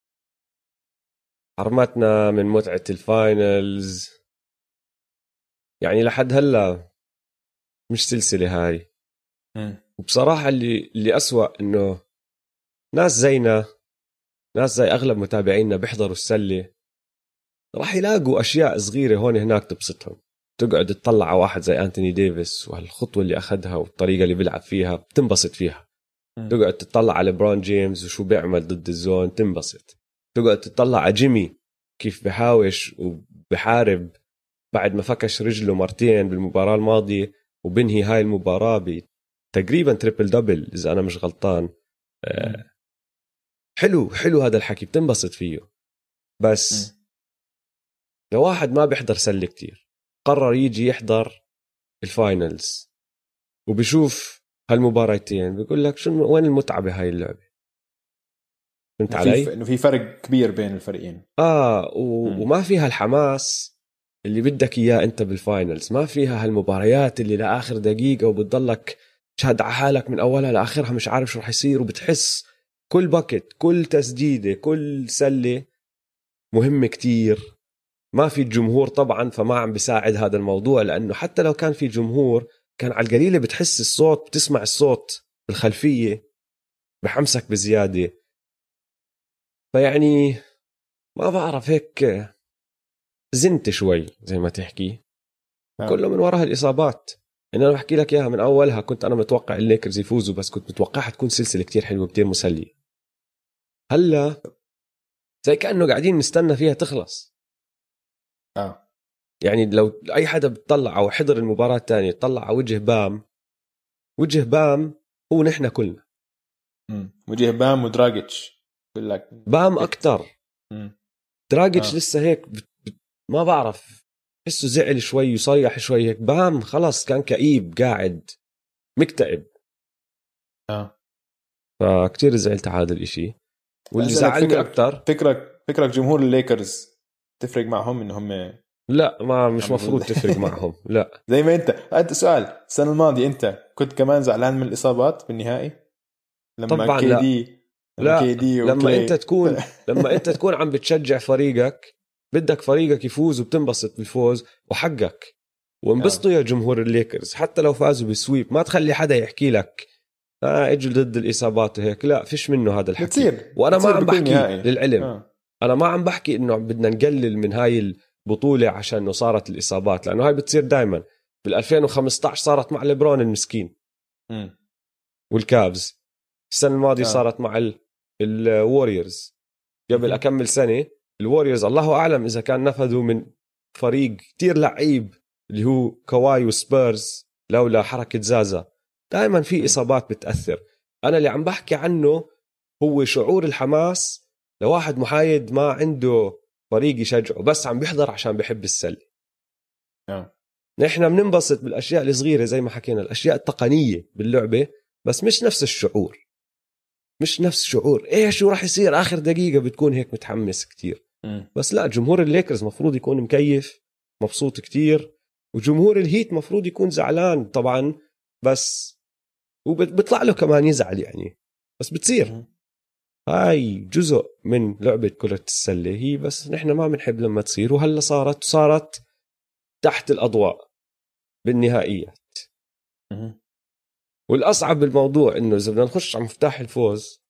حرمتنا من متعه الفاينلز. يعني لحد هلا مش سلسله هاي. م. وبصراحه اللي اللي أسوأ انه ناس زينا، ناس زي اغلب متابعينا بيحضروا السله، راح يلاقوا اشياء صغيره هون هناك تبسطهم. تقعد تطلع على واحد زي أنتوني ديفيس وهالخطوه اللي اخذها والطريقه اللي بيلعب فيها بتنبسط فيها. م. تقعد تطلع على برون جيمس وشو بيعمل ضد الزون تنبسط. تقعد تطلع على جيمي كيف بحاوش وبحارب بعد ما فكش رجله مرتين بالمباراة الماضية، وبنهي هاي المباراة بتقريبا تريبل دبل إذا أنا مش غلطان. آه حلو حلو هذا الحكي بتنبسط فيه. بس م. لو واحد ما بيحضر سلة كتير قرر يجي يحضر الفاينلز وبيشوف هالمباراتين بيقول لك شو وين المتعة بهاي اللعبة؟ فهمت علي؟ انه في فرق كبير بين الفريقين. اه و... وما فيها الحماس اللي بدك اياه انت بالفاينلز. ما فيها هالمباريات اللي لاخر دقيقه وبتضلك تشهد على حالك من اولها لاخرها مش عارف شو رح يصير، وبتحس كل باكت كل تسديده كل سله مهمه كتير. ما في الجمهور طبعا، فما عم بيساعد هذا الموضوع، لانه حتى لو كان في جمهور كان على القليله بتحس الصوت، بتسمع الصوت بالخلفيه بحمسك بزياده. فيعني ما بعرف، هيك زنت شوي زي ما تحكي. آه. كله من وراء الإصابات. يعني أنا بحكي لك إياها من أولها، كنت أنا متوقع الليكرز يفوزوا، بس كنت متوقعها تكون سلسلة كتير حلوة كتير مسلية. هلا زي كأنه قاعدين نستنى فيها تخلص. آه. يعني لو أي حدا بتطلع أو حضر المباراة الثانية تطلع على وجه بام، وجه بام هو نحن كلنا. م. وجه بام ودراجيتش بقول لك بام أكتر. دراجيتش آه. لسه هيك ب... ب... ما بعرف، حسه زعل شوي وصيح شوي هيك. بام خلاص كان كئيب قاعد مكتئب. آه. فكتير زعلت على هذا الاشي. واللي زعلني أكتر فكرك فكرك جمهور الليكرز تفرق معهم إنهم لا ما مش مفروض تفرق معهم. لا زي ما انت انت سؤال السنه الماضيه انت كنت كمان زعلان من الاصابات بالنهائي لما طبعا كي لا. دي لما لا كي دي لما انت تكون لما انت تكون عم بتشجع فريقك، بدك فريقك يفوز وبتنبسط بالفوز وحقك. وانبسطوا يا جمهور الليكرز حتى لو فازوا بالسويب. ما تخلي حدا يحكي لك اه اجوا ضد الاصابات وهيك، لا فيش منه هذا الحكي. بتصير. وانا بتصير ما عم بحكي نهائي. للعلم آه. انا ما عم بحكي انه بدنا نقلل من هاي البطوله عشان انه صارت الاصابات، لانه هاي بتصير دائما. بال ألفين وخمسطعش صارت مع ليبرون المسكين م. والكابز. السنه الماضيه آه. صارت مع الواريورز. قبل اكمل سنه الواريورز الله اعلم اذا كان نفذوا من فريق كتير لعيب اللي هو كواي وسبيرز لولا حركه زازا. دائما في اصابات بتاثر. انا اللي عم بحكي عنه هو شعور الحماس لواحد محايد ما عنده فريق يشجعه، بس عم بيحضر عشان بيحب السله. آه. نحن بننبسط بالاشياء الصغيره زي ما حكينا، الاشياء التقنيه باللعبه، بس مش نفس الشعور. مش نفس شعور ايه شو راح يصير اخر دقيقه بتكون هيك متحمس كتير. م. بس لا، جمهور الليكرز مفروض يكون مكيف مبسوط كتير، وجمهور الهيت مفروض يكون زعلان طبعا، بس وبيطلع له كمان يزعل يعني. بس بتصير م. هاي جزء من لعبة كرة السلة هي، بس نحن ما بنحب لما تصير. وهلا صارت صارت تحت الأضواء بالنهائيات. م. والأصعب بالموضوع إنه إذا بدنا نخش على مفتاح الفوز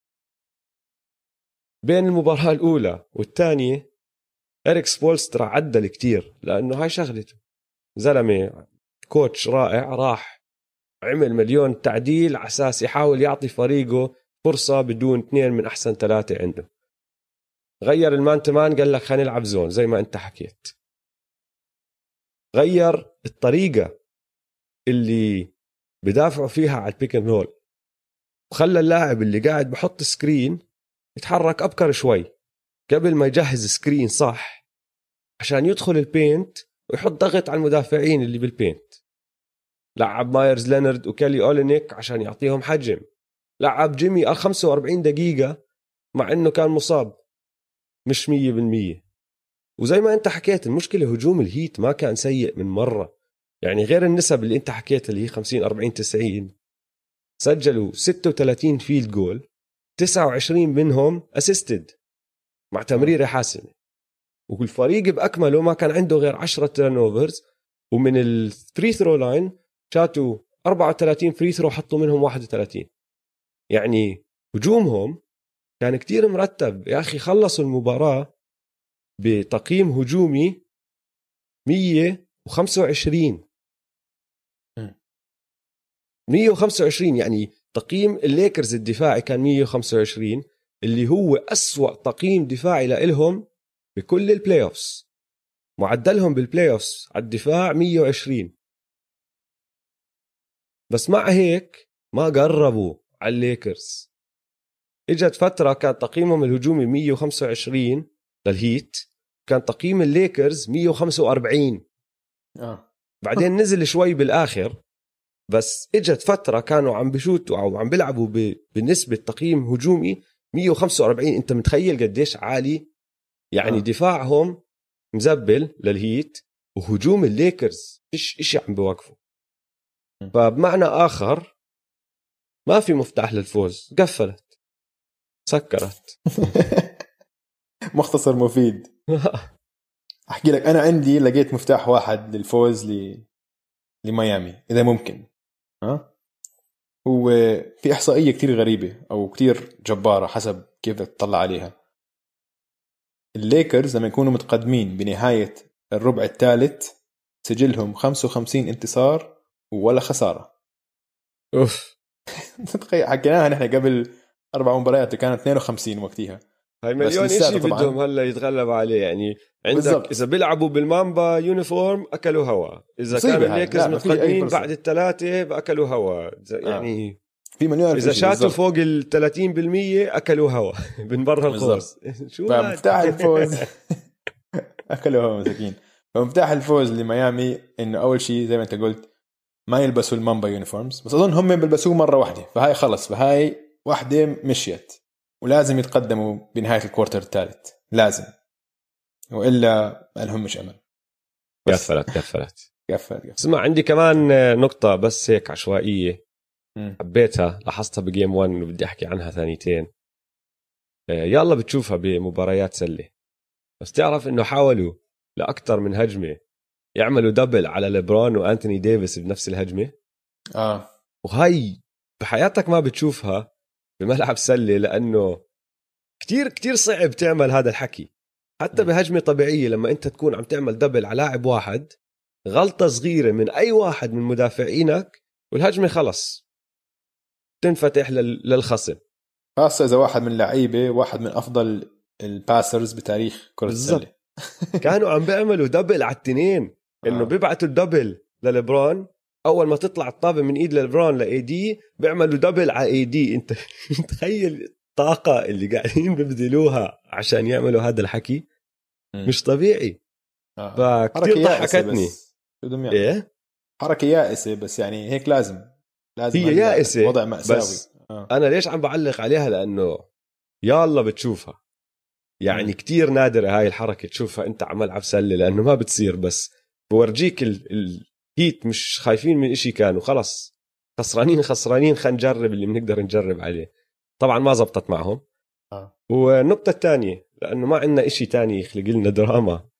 بين المباراة الأولى والثانية، إريك سبولسترا عدل كتير، لأنه هاي شغلته زلمة كوتش رائع، راح عمل مليون تعديل على أساس يحاول يعطي فريقه فرصة بدون اثنين من أحسن ثلاثة عنده. غير المان تمان، قال لك خلينا نلعب زون زي ما أنت حكيت. غير الطريقة اللي بدافعوا فيها على البيك اند رول، وخلى اللاعب اللي قاعد بحط سكرين يتحرك أبكر شوي قبل ما يجهز سكرين صح عشان يدخل البينت ويحط ضغط على المدافعين اللي بالبينت. لعب مايرز لينارد وكالي أولينيك عشان يعطيهم حجم. لعب جيمي خمسة وأربعين دقيقة مع أنه كان مصاب مش مية بالمية. وزي ما انت حكيت المشكله هجوم الهيت ما كان سيء من مره، يعني غير النسب اللي انت حكيت اللي هي خمسين أربعين تسعين، سجلوا ستة وثلاثين فيلد جول، تسعة وعشرين منهم اسيستد مع تمريره حاسمه، والفريق باكمله ما كان عنده غير عشرة تيرن اوفرز، ومن الفري ثرو لاين شاتوا أربعة وثلاثين فري ثرو حطوا منهم واحد وثلاثين. يعني هجومهم كان كتير مرتب يا أخي. خلصوا المباراة بتقييم هجومي مية وخمسة وعشرين مية وخمسة وعشرين، يعني تقييم الليكرز الدفاعي كان مية وخمسة وعشرين اللي هو أسوأ تقييم دفاعي لإلهم بكل البلاي أوفس. معدلهم بالبلاي أوفس على الدفاع مية وعشرين، بس مع هيك ما قربوا على الليكرز. اجت فترة كان تقييمهم الهجومي مية وخمسة وعشرين للهيت، كان تقييم الليكرز مية وخمسة وأربعين. آه. بعدين نزل شوي بالآخر، بس اجت فترة كانوا عم بشوتوا أو عم بيلعبوا بنسبة تقييم هجومي مية وخمسة وأربعين. انت متخيل قديش عالي؟ يعني آه. دفاعهم مزبل للهيت وهجوم الليكرز إيش إشي عم بوقفوا. فبمعنى آخر ما في مفتاح للفوز، قفلت سكرت. مختصر مفيد. أحكي لك أنا عندي لقيت مفتاح واحد للفوز ل... لميامي إذا ممكن. ها هو في إحصائية كتير غريبة أو كتير جبارة حسب كيف تطلع عليها. الليكرز لما يكونوا متقدمين بنهاية الربع الثالث سجلهم خمسة وخمسين انتصار ولا خسارة. أوف. تخيل حكيناها نحن قبل أربع مباريات كانت اثنين وخمسين وقتها. هاي مليون إشي بدهم هلا يتغلب عليه. يعني عندك بالزبط. إذا بيلعبوا بالمامبا يونيفورم أكلوا هوا، إذا كانوا الليكرز متقدمين بعد الثلاثة أكلوا هوا. يعني آه. في مليون إذا شاتوا بالزبط. فوق ال ثلاثين بالمية أكلوا هوا من برا القوس. شو مفتاح الفوز؟ أكلوا هوا مساكين. فمفتاح الفوز لميامي إنه أول شيء زي ما أنت قلت ما يلبسوا المامبا يونيفورمز، بس أظن هم بيلبسوه مرة واحدة، فهاي خلص، فهاي واحدة مشيت، ولازم يتقدموا بنهاية الكوارتر الثالث لازم، وإلا لهم مش أمل. قفلت قفلت قفلت. اسمع عندي كمان نقطة بس هيك عشوائية م. حبيتها لاحظتها بجيم واحد وبدي أحكي عنها ثانيتين. يلا بتشوفها بمباريات سلة، بس تعرف إنه حاولوا لأكتر من هجمة يعملوا دبل على ليبرون وأنتوني ديفيس بنفس الهجمة. آه. وهاي بحياتك ما بتشوفها بملعب سلة، لأنه كتير كتير صعب تعمل هذا الحكي حتى بهجمة طبيعية. لما أنت تكون عم تعمل دبل على لاعب واحد، غلطة صغيرة من أي واحد من مدافعينك والهجمة خلص تنفتح للخصم، خاصة إذا واحد من اللعيبة واحد من أفضل الباسرز بتاريخ كرة السلة. كانوا عم بيعملوا دبل على التنين، إنه آه. بيبعتوا الدبل لليبرون، أول ما تطلع الطابة من إيد ليبرون لإي دي بيعملوا دبل على إي دي. أنت تخيل الطاقة اللي قاعدين ببذلوها عشان يعملوا هذا الحكي م. مش طبيعي. آه. فكتير ضحكتني. إيه؟ حركة يائسة، بس يعني هيك لازم لازم هي يائسة، وضع مأساوي. بس آه. أنا ليش عم بعلق عليها؟ لأنه يلا بتشوفها، يعني م. كتير نادرة هاي الحركة تشوفها أنت على ملعب سلة، لأنه ما بتصير. بس بورجيك الهيت مش خايفين من إشي، كانوا خلص خسرانين خسرانين خلينا نجرب اللي بنقدر نجرب عليه. طبعا ما زبطت معهم. آه. والنقطة الثانية، لأنه ما عندنا إشي تاني يخلق لنا دراما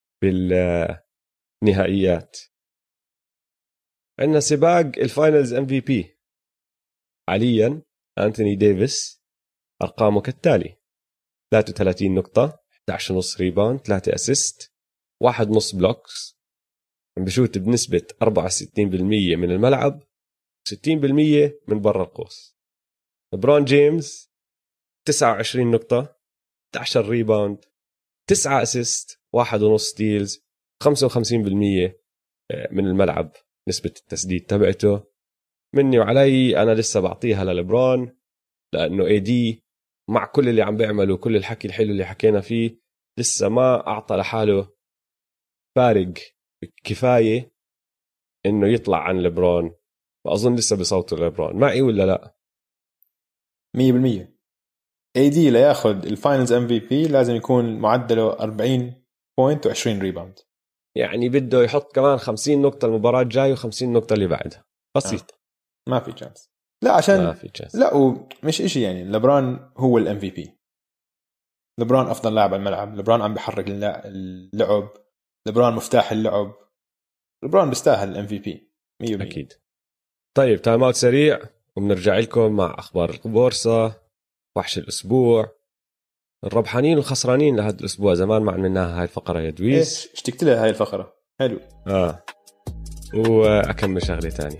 بالنهائيات، عندنا سباق الفاينلز ام في بي. حاليا أنتوني ديفيس أرقامه كالتالي: ثلاثة وثلاثين نقطة، إحدى عشر ونص ريباوند، ثلاثة أسيست، واحد ونص بلوكس، عم بشوت بنسبة أربعة وستين بالمية من الملعب، ستين بالمية من برا القوس. ليبرون جيمس تسعة وعشرين نقطة، إحدى عشر ريباوند، تسعة أسيست، واحد ونص ستيلز، خمسة وخمسين بالمية من الملعب نسبة التسديد تبعته. مني وعلي أنا لسه بعطيها لليبرون، لأنه اي دي مع كل اللي عم بيعمله كل الحكي الحلو اللي حكينا فيه لسه ما أعطى لحاله فارق كفاية إنه يطلع عن ليبرون. وأظن لسه بصوت ليبرون. معي ولا لا؟ مية بالمية. اي دي لياخد الفاينلز ام في بي لازم يكون معدله أربعين بوينت وعشرين ريباوند. يعني بده يحط كمان خمسين نقطة المباراة الجاية وخمسين نقطة اللي بعدها. بسيط. آه. ما في تشانس. لا عشان ما في تشانس. لا ومش إشي يعني لبران هو الام في بي. لبران افضل لاعب على الملعب. لبران عم بيحرك اللعب. لبران مفتاح اللعب. لبران بيستاهل الام في بي مية بالمية. اكيد. طيب تايم اوت سريع وبنرجع لكم مع اخبار البورصة. وحش الاسبوع. الربحانين والخسرانين لهذا الاسبوع. زمان ما عملناها هاي الفقرة يا دويس. ايش اشتقت لها هاي الفقرة. حلو. اه واكمل شغلة تانية.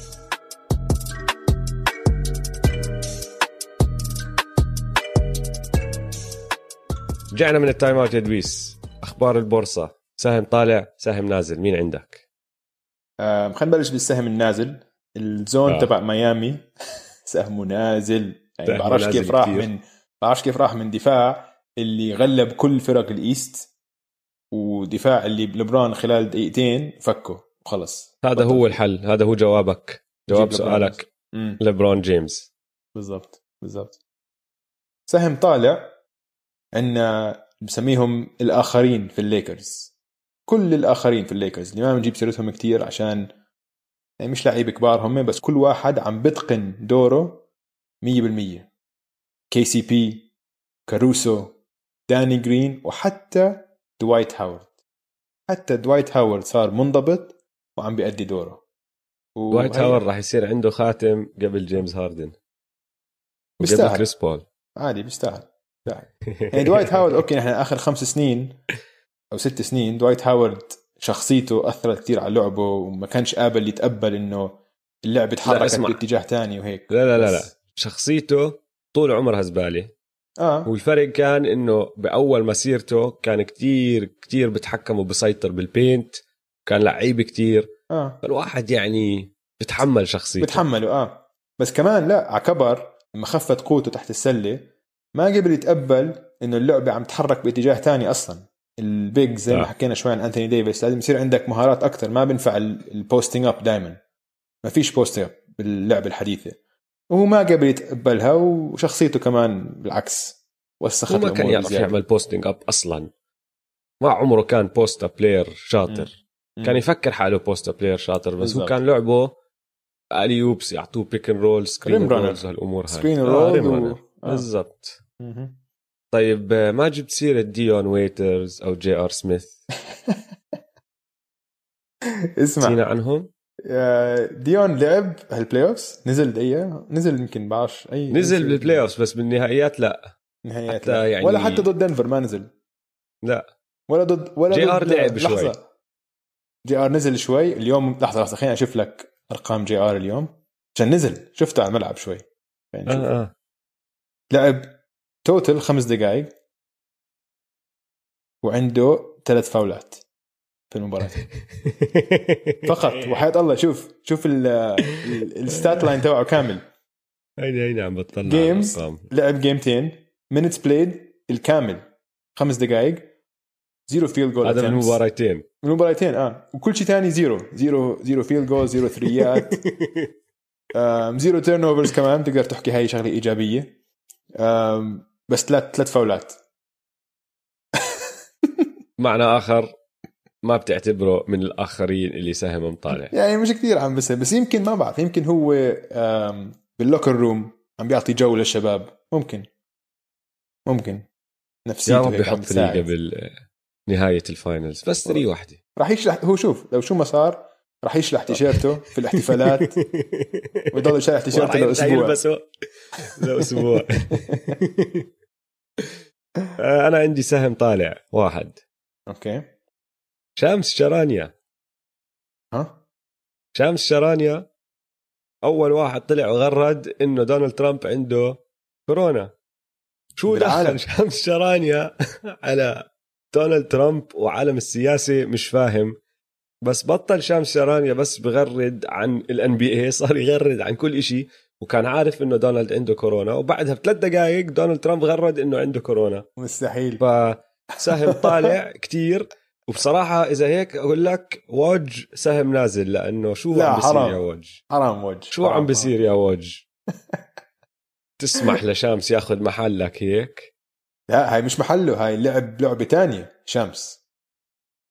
رجعنا من التايم اوت يا دويس. اخبار البورصة. سهم طالع سهم نازل. مين عندك؟ آه خلينا نبلش بالسهم النازل. الزون آه. تبع ميامي سهمه نازل. يعني بعرفش كيف راح من بعرفش كيف راح من دفاع اللي غلب كل فرق الايست ودفاع اللي لبران خلال دقيقتين فكه وخلص. هذا هو الحل. هذا هو جوابك. جواب سؤالك. لبران جيمس. بالضبط بالضبط. سهم طالع عندنا بسميهم الآخرين في الليكرز. كل الآخرين في الليكرز اللي ما بنجيب سيرتهم كتير عشان يعني مش لعيب كبار هم، بس كل واحد عم بتقن دوره مية بالمية. كي سي بي، كاروسو، داني جرين، وحتى دوايت هاورد. حتى دوايت هاورد صار منضبط وعم بيأدي دوره. دوايت هاورد راح يصير عنده خاتم قبل جيمس هاردن وقبل كريس بول. عادي بيستاهل. يعني دوايت هاورد اوكي نحن اخر خمس سنين او ست سنين دوايت هاورد شخصيته اثرت كتير على لعبه وما كانش قابل يتقبل انه اللعب يتحرك باتجاه تاني وهيك. لا لا لا, لا. شخصيته طول عمرها زباله. اه والفرق كان انه باول مسيرته كان كتير كتير بتحكم وبسيطر بالبينت. كان لعيب كتير. اه فالواحد يعني بتحمل شخصيته. بتحمله اه بس كمان لا عكبر لما خفت قوته تحت السله ما قبل يتقبل انه اللعبه عم تتحرك باتجاه تاني. اصلا البيج زي ما آه. حكينا شوي عن أنتوني ديفيس لازم يصير عندك مهارات اكثر. ما بنفع البوستينج اب دائما. ما فيش بوستينج اب باللعبه الحديثه. وهو ما قبل يتقبلها وشخصيته كمان بالعكس وسخت الامور. ما كان يعرف بزيادة. يعمل بوستينج اب اصلا. ما عمره كان بوست بلاير شاطر. م. كان يفكر حاله بوست بلاير شاطر بس بالزبط. هو كان لعبه اليوبس يعطوه بيك اند رول سكرين رولز هالامور هاي. سكرين رول و... آه. بالضبط. طيب ما جبت سيرة ديون ويترز أو جي آر سميث؟ اسمع سينا عنهم. ديون لعب هالبلاي اوفز. نزل دقيقة نزل يمكن بعرف أي نزل بالبلاي اوفز بس بالنحيات لا. نهايات حتى لا. يعني ولا حتى ضد دنفر ما نزل. لا ولا ضد ولا جي آر لعب شوي. لحظة. جي آر نزل شوي اليوم. لحظة لحظة خليني أشوف لك أرقام جي آر اليوم عشان نزل شفته على الملعب شوي. يعني آه آه. لعب توتل خمس دقائق وعنده ثلاث فاولات في المباراة فقط. وحياة الله شوف شوف الستات لاين تبعه كامل. هيني هيني عم بطلع جيمز. لعب جيمتين مينتس بلايد الكامل خمس دقائق. زيرو فيلد جول. هذا من مباراتين من مباراتين اه وكل شيء تاني زيرو زيرو زيرو فيلد جول زيرو ثريات زيرو تيرن اوفرز كمان. تقدر تحكي هاي شغلة إيجابية. بس ثلاث ثلاث فاولات. معنى آخر ما بتعتبره من الآخرين اللي ساهم مطالع. يعني مش كتير عم بس بس يمكن ما بعرف. يمكن هو باللوكر روم عم بيعطي جو للشباب. ممكن ممكن نفسيته يا رب يحط فريقه قبل نهاية الفاينلز بس تري واحدة. راح يشلح. هو شوف لو شو ما صار راح يشلح تيشيرته في الاحتفالات ويضل شايح تيشيرته لأسبوع لأسبوع. أنا عندي سهم طالع واحد. أوكي. شامس شرانيا. ها شامس شرانيا أول واحد طلع وغرد إنه دونالد ترامب عنده كورونا. شو دخل شامس شرانيا على دونالد ترامب وعالم السياسة مش فاهم. بس بطل شامس شرانيا بس بغرد عن الان بي اي. صار يغرد عن كل إشي وكان عارف إنه دونالد عنده كورونا. وبعدها بثلاث دقائق دونالد ترامب غرد إنه عنده كورونا. مستحيل. فسهم طالع كتير. وبصراحة إذا هيك أقول لك ووج سهم نازل لأنه شو عم بيصير يا ووج. حرام ووج. شو عم بيصير يا ووج. تسمح لشامس ياخد محلك هيك؟ لا هاي مش محله. هاي لعب لعبة تانية شامس.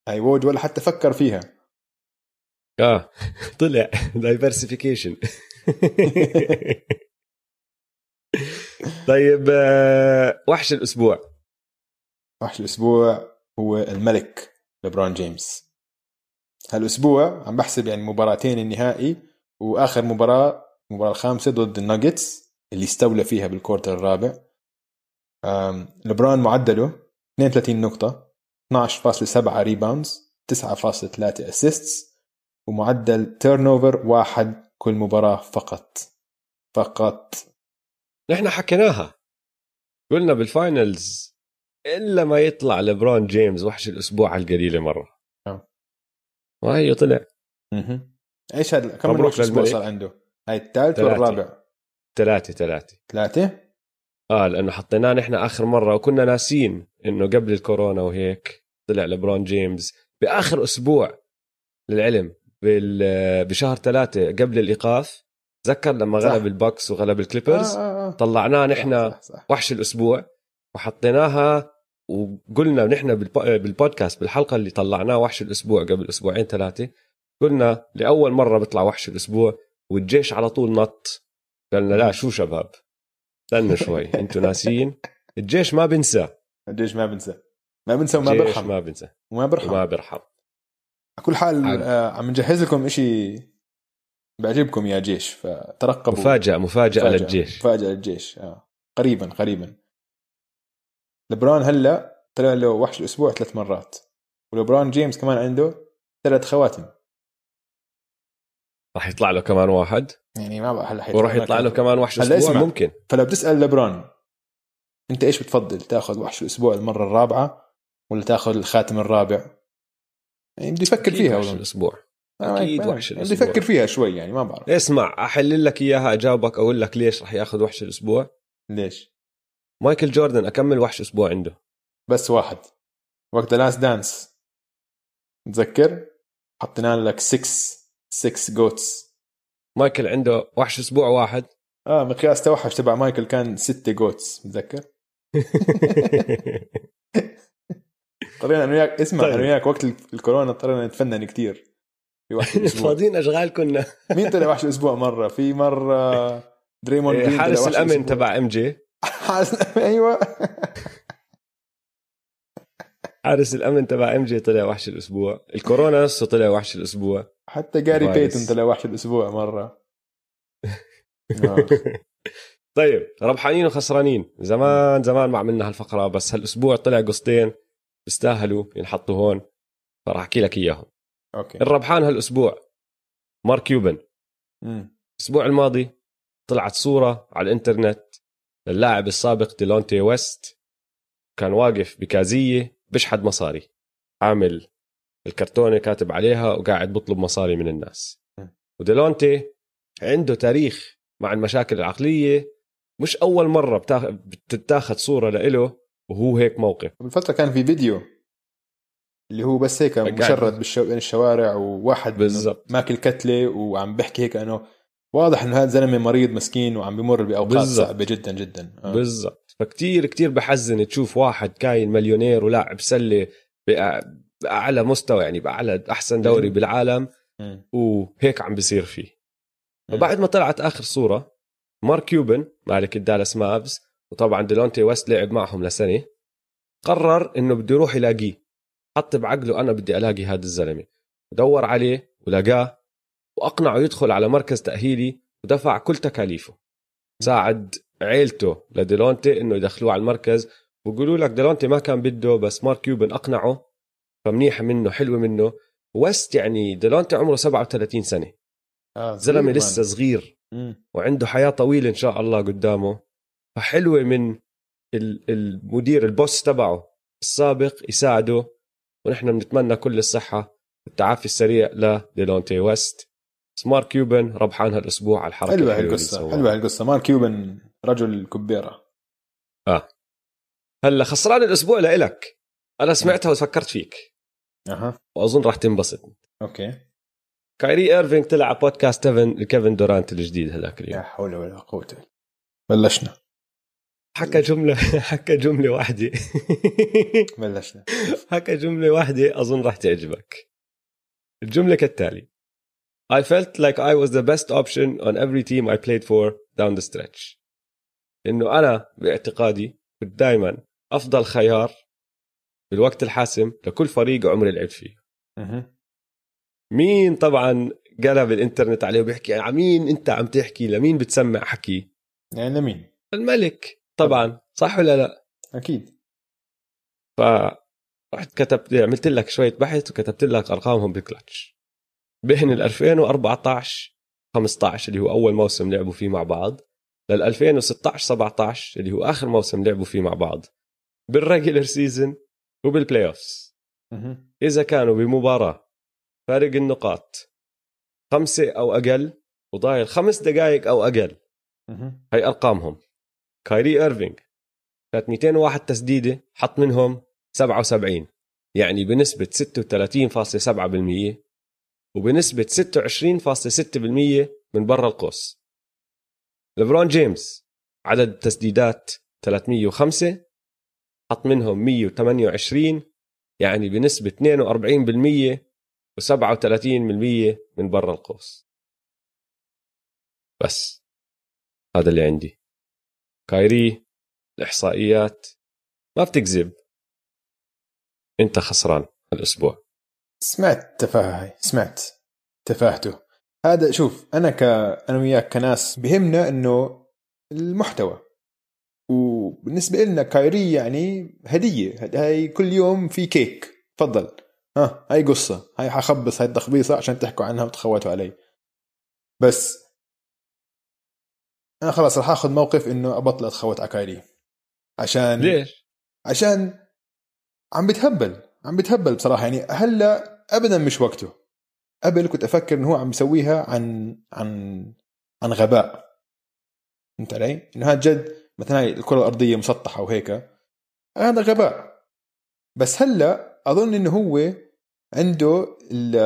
هاي ووج ولا حتى فكر فيها. اه طلع دايفرسيفيكيشن. طيب وحش الأسبوع. وحش الأسبوع هو الملك لبرون جيمس. هالأسبوع عم بحسب يعني مباراتين النهائي، وآخر مباراة المباراة الخامسة ضد الناجتس اللي استولى فيها بالكورتر الرابع. لبرون معدله اثنين وثلاثين نقطة، اثناشر فاصلة سبعة ريباوندز، تسعة فاصلة ثلاثة اسيستس، ومعدل تيرن اوفر واحد كل مباراة فقط فقط. نحن حكيناها قلنا بالفاينلز إلا ما يطلع لبرون جيمس وحش الأسبوع على القليلة مرة. أه. وهي طلع. مه. ايش هذا كم وحش الأسبوع صار عنده؟ هاي الثالث ولا الرابع؟ ثلاثة ثلاثة ثلاثة. اه لأنه حطيناه نحن آخر مرة وكنا ناسين إنه قبل الكورونا وهيك طلع لبرون جيمس بآخر أسبوع للعلم بشهر ثلاثة قبل الإيقاف. تذكر لما غلب البوكس وغلب الكليبرز. آه آه آه. طلعناه نحن وحش الأسبوع وحطيناها وقلنا نحن بالبودكاست بالحلقة اللي طلعناه وحش الأسبوع قبل أسبوعين ثلاثة قلنا لأول مرة بيطلع وحش الأسبوع والجيش على طول نط. قالنا لا شو شباب استنوا شوي انتوا ناسين الجيش ما بنسى. الجيش ما بنسى ما بنسى وما برحم ما بنسى وما برحم وما برحم. على كل حال آه عم نجهز لكم إشي بعجبكم يا جيش، فترقبوا. مفاجأة مفاجأة, مفاجأة للجيش. مفاجأة للجيش آه. قريبا قريبا. لبران هلا طلع له وحش الأسبوع ثلاث مرات، ولبران جيمس كمان عنده ثلاث خواتم. راح يطلع له كمان واحد يعني ما بقى هلا وراح يطلع له كمان وحش الأسبوع ممكن. فلو بتسأل لبران انت ايش بتفضل تاخذ وحش الأسبوع المرة الرابعة ولا تاخذ الخاتم الرابع؟ يعني بدي افكر فيها وحش الأسبوع اكيد وحش الأسبوع. بدي افكر فيها شوي يعني ما بعرف. اسمع احلل لك اياها اجاوبك اقول لك ليش راح ياخذ وحش الأسبوع. ليش؟ مايكل جوردن اكمل وحش أسبوع عنده بس واحد وقت لاست دانس تذكر حطينا لك ستة ستة جوتس. مايكل عنده وحش أسبوع واحد. اه مقياس توحش تبع مايكل كان ستة جوتس متذكر. اضطرينا انا وياك اسمع طيب. انا وياك وقت الكورونا اضطرينا نتفنن كتير في وحش الاسبوع. فاضيين اشغال كنا. مين طلع وحش الاسبوع مره؟ في مره دريمون جرين حارس الامن تبع ام جي. حارس ايوه حارس الامن تبع ام جي طلع وحش الاسبوع. الكورونا نفسه طلع وحش الاسبوع. حتى جاري بيتون طلع وحش الاسبوع مره. طيب ربحانين وخسرانين زمان زمان ما عملنا هالفقره، بس هالاسبوع طلع قصتين بيستاهلوا ينحطوا هون فراح احكي لك اياهم. اوكي. الربحان هالاسبوع مارك كيوبن. امم الاسبوع الماضي طلعت صوره على الانترنت للاعب السابق ديلونتي ويست، كان واقف بكازيه بشحد مصاري، عامل الكرتونه كاتب عليها وقاعد بطلب مصاري من الناس. وديلونتي عنده تاريخ مع المشاكل العقليه، مش اول مره بتتاخذ صوره لإله وهو هيك موقف. بالفتره كان في فيديو اللي هو بس هيك مشرد بالشو... بين الشوارع وواحد ماكل كتله وعم بحكي هيك انه واضح انه هذا زلمه مريض مسكين وعم بيمر باوقات بالزبط. صعبه جدا جدا. آه. بالضبط. فكتير كتير بحزن تشوف واحد كاين مليونير ولاعب سله باعلى مستوى، يعني باعلى احسن دوري بالعالم م. وهيك عم بيصير فيه. وبعد ما طلعت اخر صوره مارك كيوبن مالك الدالاس مافز، وطبعا ديلونتي ويست لعب معهم لسنه، قرر انه بده يروح يلاقيه. حط بعقله انا بدي الاقي هذا الزلمه، ودور عليه ولقاه واقنعه يدخل على مركز تاهيلي ودفع كل تكاليفه. ساعد عيلته لديلونتي انه يدخلوه على المركز، ويقولوا لك ديلونتي ما كان بده بس مارك كيوبن اقنعه، فمنيحه منه حلوه منه. ويست يعني ديلونتي عمره سبعة وثلاثين سنه، آه زلمه لسه صغير مم. وعنده حياه طويله ان شاء الله قدامه. فحلوه من المدير البوس تبعه السابق يساعده، ونحن بنتمنى كل الصحه والتعافي السريع لديلونتي ويست. مارك كيوبن ربحان هالاسبوع على الحركه. حلوه هالقصه حلوه هالقصه مارك كيوبن رجل كبيره. اه هلا خسران الاسبوع لإلك، انا سمعتها وفكرت فيك. اها واظن راح تنبسط. اوكي. كايري ايرفينغ طلع على بودكاست كيفن كيفن دورانت الجديد هذاك اليوم. لا حول ولا قوه. بلشنا. حكى جملة حكى جملة واحدة بلشنا. حكى جملة واحدة أظن راح تعجبك. الجملة كالتالي: I felt like I was the best option on every team I played for down the stretch. إنه أنا باعتقادي كنت دايما أفضل خيار بالوقت الحاسم لكل فريق عمري لعبت فيه. مين طبعا قلب الانترنت عليه وبيحكي يعني عمين انت عم تحكي لمين بتسمع حكي؟ يعني لمين؟ الملك طبعا. صح ولا لا؟ اكيد. فرحت كتبت عملت لك شويه بحث وكتبت لك ارقامهم بالكلتش بين ال ألفين وأربعتاشر خمستاشر اللي هو اول موسم لعبوا فيه مع بعض لل ألفين وستاشر سبعتاشر اللي هو اخر موسم لعبوا فيه مع بعض بالريجولر سيزون وبالبلاي اوفز. اذا كانوا بمباراه فارق النقاط خمسة أو أقل وضايل خمس دقائق أو أقل، هاي أرقامهم. كايري إيرفينغ كانت مئتين وواحد تسديدة، حط منهم سبعة وسبعين، يعني بنسبة ستة وثلاثين فاصلة سبعة بالمية وبنسبة ستة وعشرين فاصلة ستة بالمية من برا القوس. ليبرون جيمس عدد تسديدات ثلاثمية وخمسة، حط منهم مية وثمانية وعشرين، يعني بنسبة اثنين وأربعين بالمية وسبعة وثلاثين بالمية من برا القوس. بس هذا اللي عندي. كايري الإحصائيات ما بتكذب، انت خسران الأسبوع. سمعت تفاهة هاي، سمعت تفاهته هذا. شوف أنا ك أنا وياك كناس بهمنا إنه المحتوى، وبالنسبة لنا كايري يعني هدية. هاي كل يوم في كيك، تفضل ها هاي قصة، هاي حخبص هاي التخبيصة عشان تحكوا عنها وتخوتوا علي. بس أنا خلاص رح أخذ موقف إنه أبطل أتخوت على كايري. عشان ليش؟ عشان عم بتهبل عم بتهبل بصراحة. يعني هلا أبدا مش وقته. قبل كنت أفكر إنه هو عم يسويها عن عن عن غباء، فهمت علي؟ إنه هذا جد مثلا الكرة الأرضية مسطحة وهيك، هذا غباء. بس هلا أظن إنه هو عنده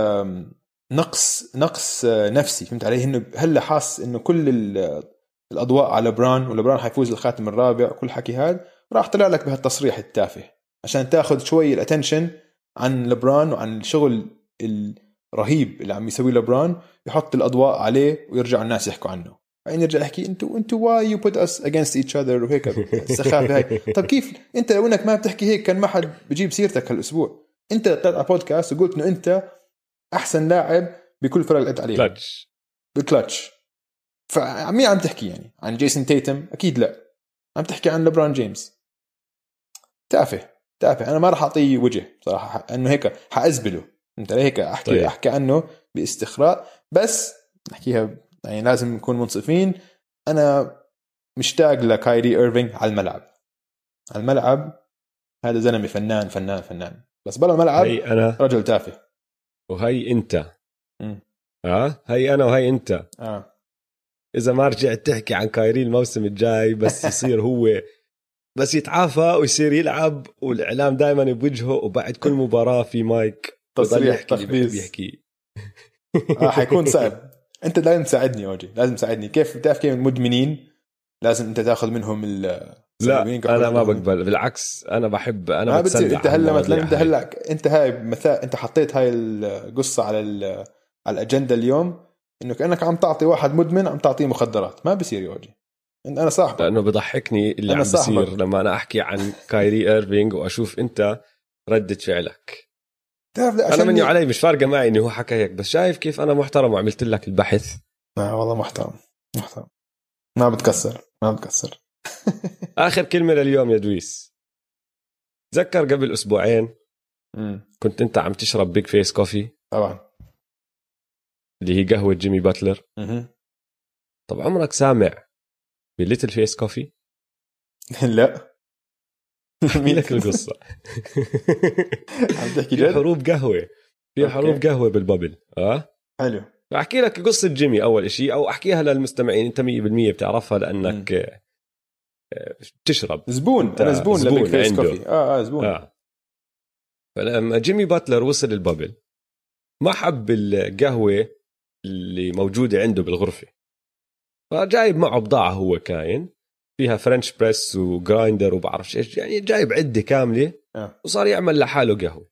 نقص نقص نفسي، فهمت علي؟ إنه هلا حاس إنه كل الأضواء على لبران، ولبران حيفوز الخاتم الرابع وكل حكي هذا، راح طلع لك بهالتصريح التافه عشان تاخذ شوي الاتنشن عن لبران وعن الشغل الرهيب اللي عم يسويه لبران، يحط الأضواء عليه ويرجع الناس يحكوا عنه. بعدين يرجع يحكي انتوا انتوا why you put us against each other وهيك السخافة هاي. طب كيف انت لو انك ما بتحكي هيك كان ما حد بجيب سيرتك هالاسبوع؟ انت طلعت على بودكاست وقلت انه انت احسن لاعب بكل فرق لعبت عليه كلتش بالكلتش. فمين عم تحكي يعني عن جيسون تيتم؟ اكيد لا، عم تحكي عن لبران جيمس. تافه تافه. انا ما راح اعطيه وجه صراحه انه هيك حازبله، انت هيك احكي طيب. احكي عنه باستخراء، بس نحكيها يعني لازم نكون منصفين. انا مشتاق لكايري إيرفينغ على الملعب. على الملعب هذا زلمه فنان فنان فنان، بس برا الملعب هي أنا رجل تافه. وهي انت م. اه هي انا وهي انت اه اذا ما رجعت تحكي عن كايري الموسم الجاي بس يصير هو بس يتعافى ويصير يلعب والاعلام دائما بوجهه، وبعد كل مباراه في مايك تصريح تخبيص يحكي اه حيكون صعب. انت لازم تساعدني اوجي، لازم تساعدني. كيف بتعرف كيف المدمنين لازم انت تاخذ منهم ال لا انا ما بقبل، بالعكس انا بحب انا ما بتصير. انت هلا مثلا انت هلا انت هاي مثلا انت حطيت هاي القصه على على الاجنده اليوم، انه كانك عم تعطي واحد مدمن عم تعطيه مخدرات. ما بصير يا وجهي، انا صاحبك. لانه بضحكني اللي عم بصير لما انا احكي عن كايري إيرفينغ واشوف انت ردة فعلك. انا مني علي مش فارقه معي انه هو حكى هيك، بس شايف كيف انا محترم وعملت لك البحث. لا والله محترم محترم، ما بتكسر ما بتكسر. اخر كلمه لليوم يا دويس. تذكر قبل اسبوعين مم. كنت انت عم تشرب بيج فيس كوفي طبعا، اللي هي قهوه جيمي باتلر. مم. طب عمرك سامع بليتل فيس كوفي؟ لا مين لك القصه؟ عم تحكي جد؟ حروب قهوه في حروب قهوه بالبابل. اه حلو. احكي لك قصه جيمي اول شيء، او احكيها للمستمعين. انت مية بالمية بتعرفها لانك م. تشرب زبون. انا زبون, زبون لبيج فيس كوفي. اه اه زبون. آه. فلما جيمي باتلر وصل البابل ما حب القهوه اللي موجوده عنده بالغرفه، فجايب معه بضاعه هو كاين فيها فرنش بريس وجرايندر وبعرفش ايش، يعني جايب عده كامله آه. وصار يعمل لحاله قهوه.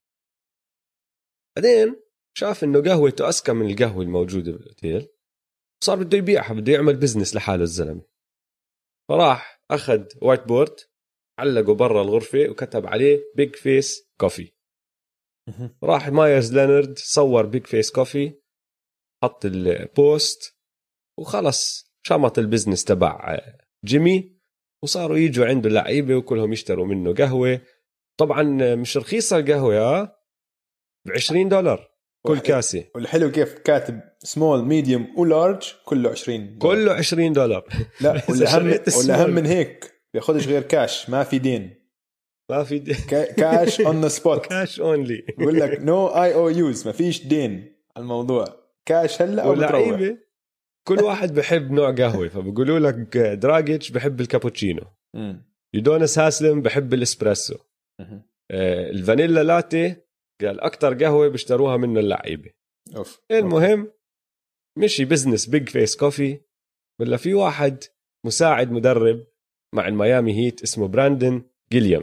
بعدين شاف انه قهوته اذكى من القهوه الموجوده بالاوتيل، صار بده يبيعها، بده يعمل بزنس لحاله الزلمه. فراح اخذ وايت بورد علقه برا الغرفه وكتب عليه بيج فيس كوفي. راح مايرز لينارد صور بيج فيس كوفي، حط البوست وخلص شمط البزنس تبع جيمي، وصاروا يجوا عنده لعيبه وكلهم يشتروا منه قهوه. طبعا مش رخيصه القهوه، ها ب عشرين دولار كل كاسه. والحلو كيف كاتب سمول ميديوم ولارج كله عشرين دولار. كله عشرين دولار. لا والاهم والاهم من هيك بياخدش غير كاش، ما في دين، ما في دين. كاش اون ذا سبوت، كاش اونلي. بقول لك نو اي او يوز، ما فيش دين على الموضوع، كاش هلا او بتروح. كل واحد بحب نوع قهوه، فبقولوا لك دراجيتش بحب الكابوتشينو، يودونس هاسلم بحب الاسبريسو، آه الفانيلا لاتي قال اكتر قهوه بيشتروها منه اللعيبه. أوف. المهم مشي بزنس بيج فيس كوفي. ولا في واحد مساعد مدرب مع الميامي هيت اسمه براندن جيليام،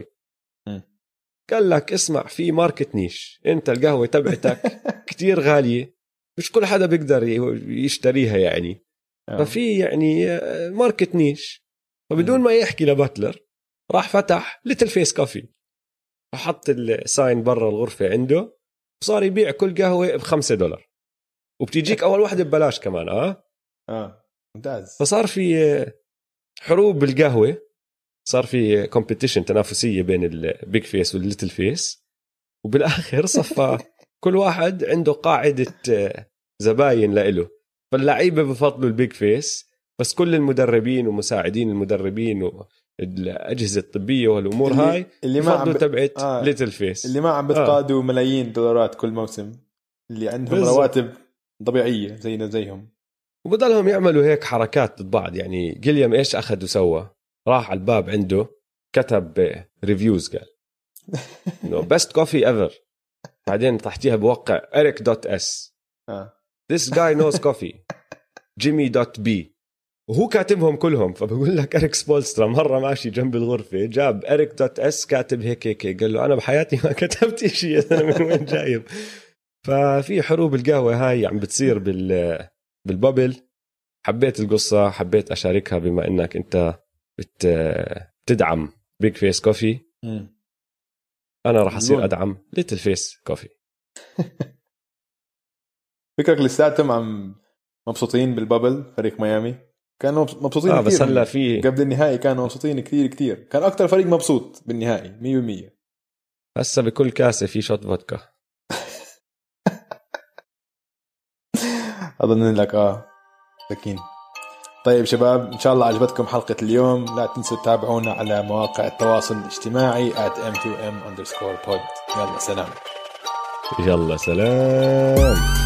قال لك اسمع، في ماركت نيش، انت القهوه تبعتك كتير غاليه، مش كل حدا بيقدر يشتريها يعني، ففي يعني ماركت نيش. فبدون ما يحكي لباتلر راح فتح ليتل فيس كوفي، فحط الساين برا الغرفة عنده، وصار يبيع كل قهوة بخمسة دولار، وبتيجيك أول واحدة ببلاش كمان. آه آه ممتاز. فصار في حروب بالقهوة، صار في كومبيتيشن، تنافسية بين البيج فيس والليتل فيس، وبالآخر صفى كل واحد عنده قاعدة زباين لإله. فاللعيبة بفضلوا البيج فيس، بس كل المدربين ومساعدين المدربين والأجهزة الطبية والأمور اللي هاي اللي ما عم ب... تبعت آه. ليتل فيس، اللي ما عم بتقادوا آه. ملايين دولارات كل موسم، اللي عندهم بالزبط. رواتب طبيعية زينا زيهم، وبدلهم يعملوا هيك حركات ضد بعض. يعني جيليام إيش أخذ وسوى؟ راح على الباب عنده كتب ريفيوز، قال إنه best coffee ever، بعدين تحتيها بوقع إريك دوت إس this guy knows coffee جيمي دوت بي، وهو كاتبهم كلهم. فبقول لك إريك سبولسترا مرة ماشي جنب الغرفة، جاب إريك دوت إس كاتب هيك هيك، قال له أنا بحياتي ما كتبت شيء، أنا من وين جايب؟ ففي حروب القهوة هاي عم بتصير بال بالبابل. حبيت القصة، حبيت أشاركها بما إنك أنت بت... بتدعم بيج فيس كوفي. أنا راح أصير أدعم ليتل فيس كوفي. فكرك لساتهم عم مبسوطين بالبابل، فريق ميامي كانوا مبسوطين آه كتير، بس هلا في قبل النهائي كانوا مبسوطين كتير كتير، كان أكتر فريق مبسوط بالنهائي مية بالمية. هسا بكل كاسة في شوت فودكا. أظن لك آه سكين. طيب شباب، إن شاء الله عجبتكم حلقة اليوم. لا تنسوا تتابعونا على مواقع التواصل الاجتماعي at ام تو ام underscore pod. يلا سلام. يلا سلام.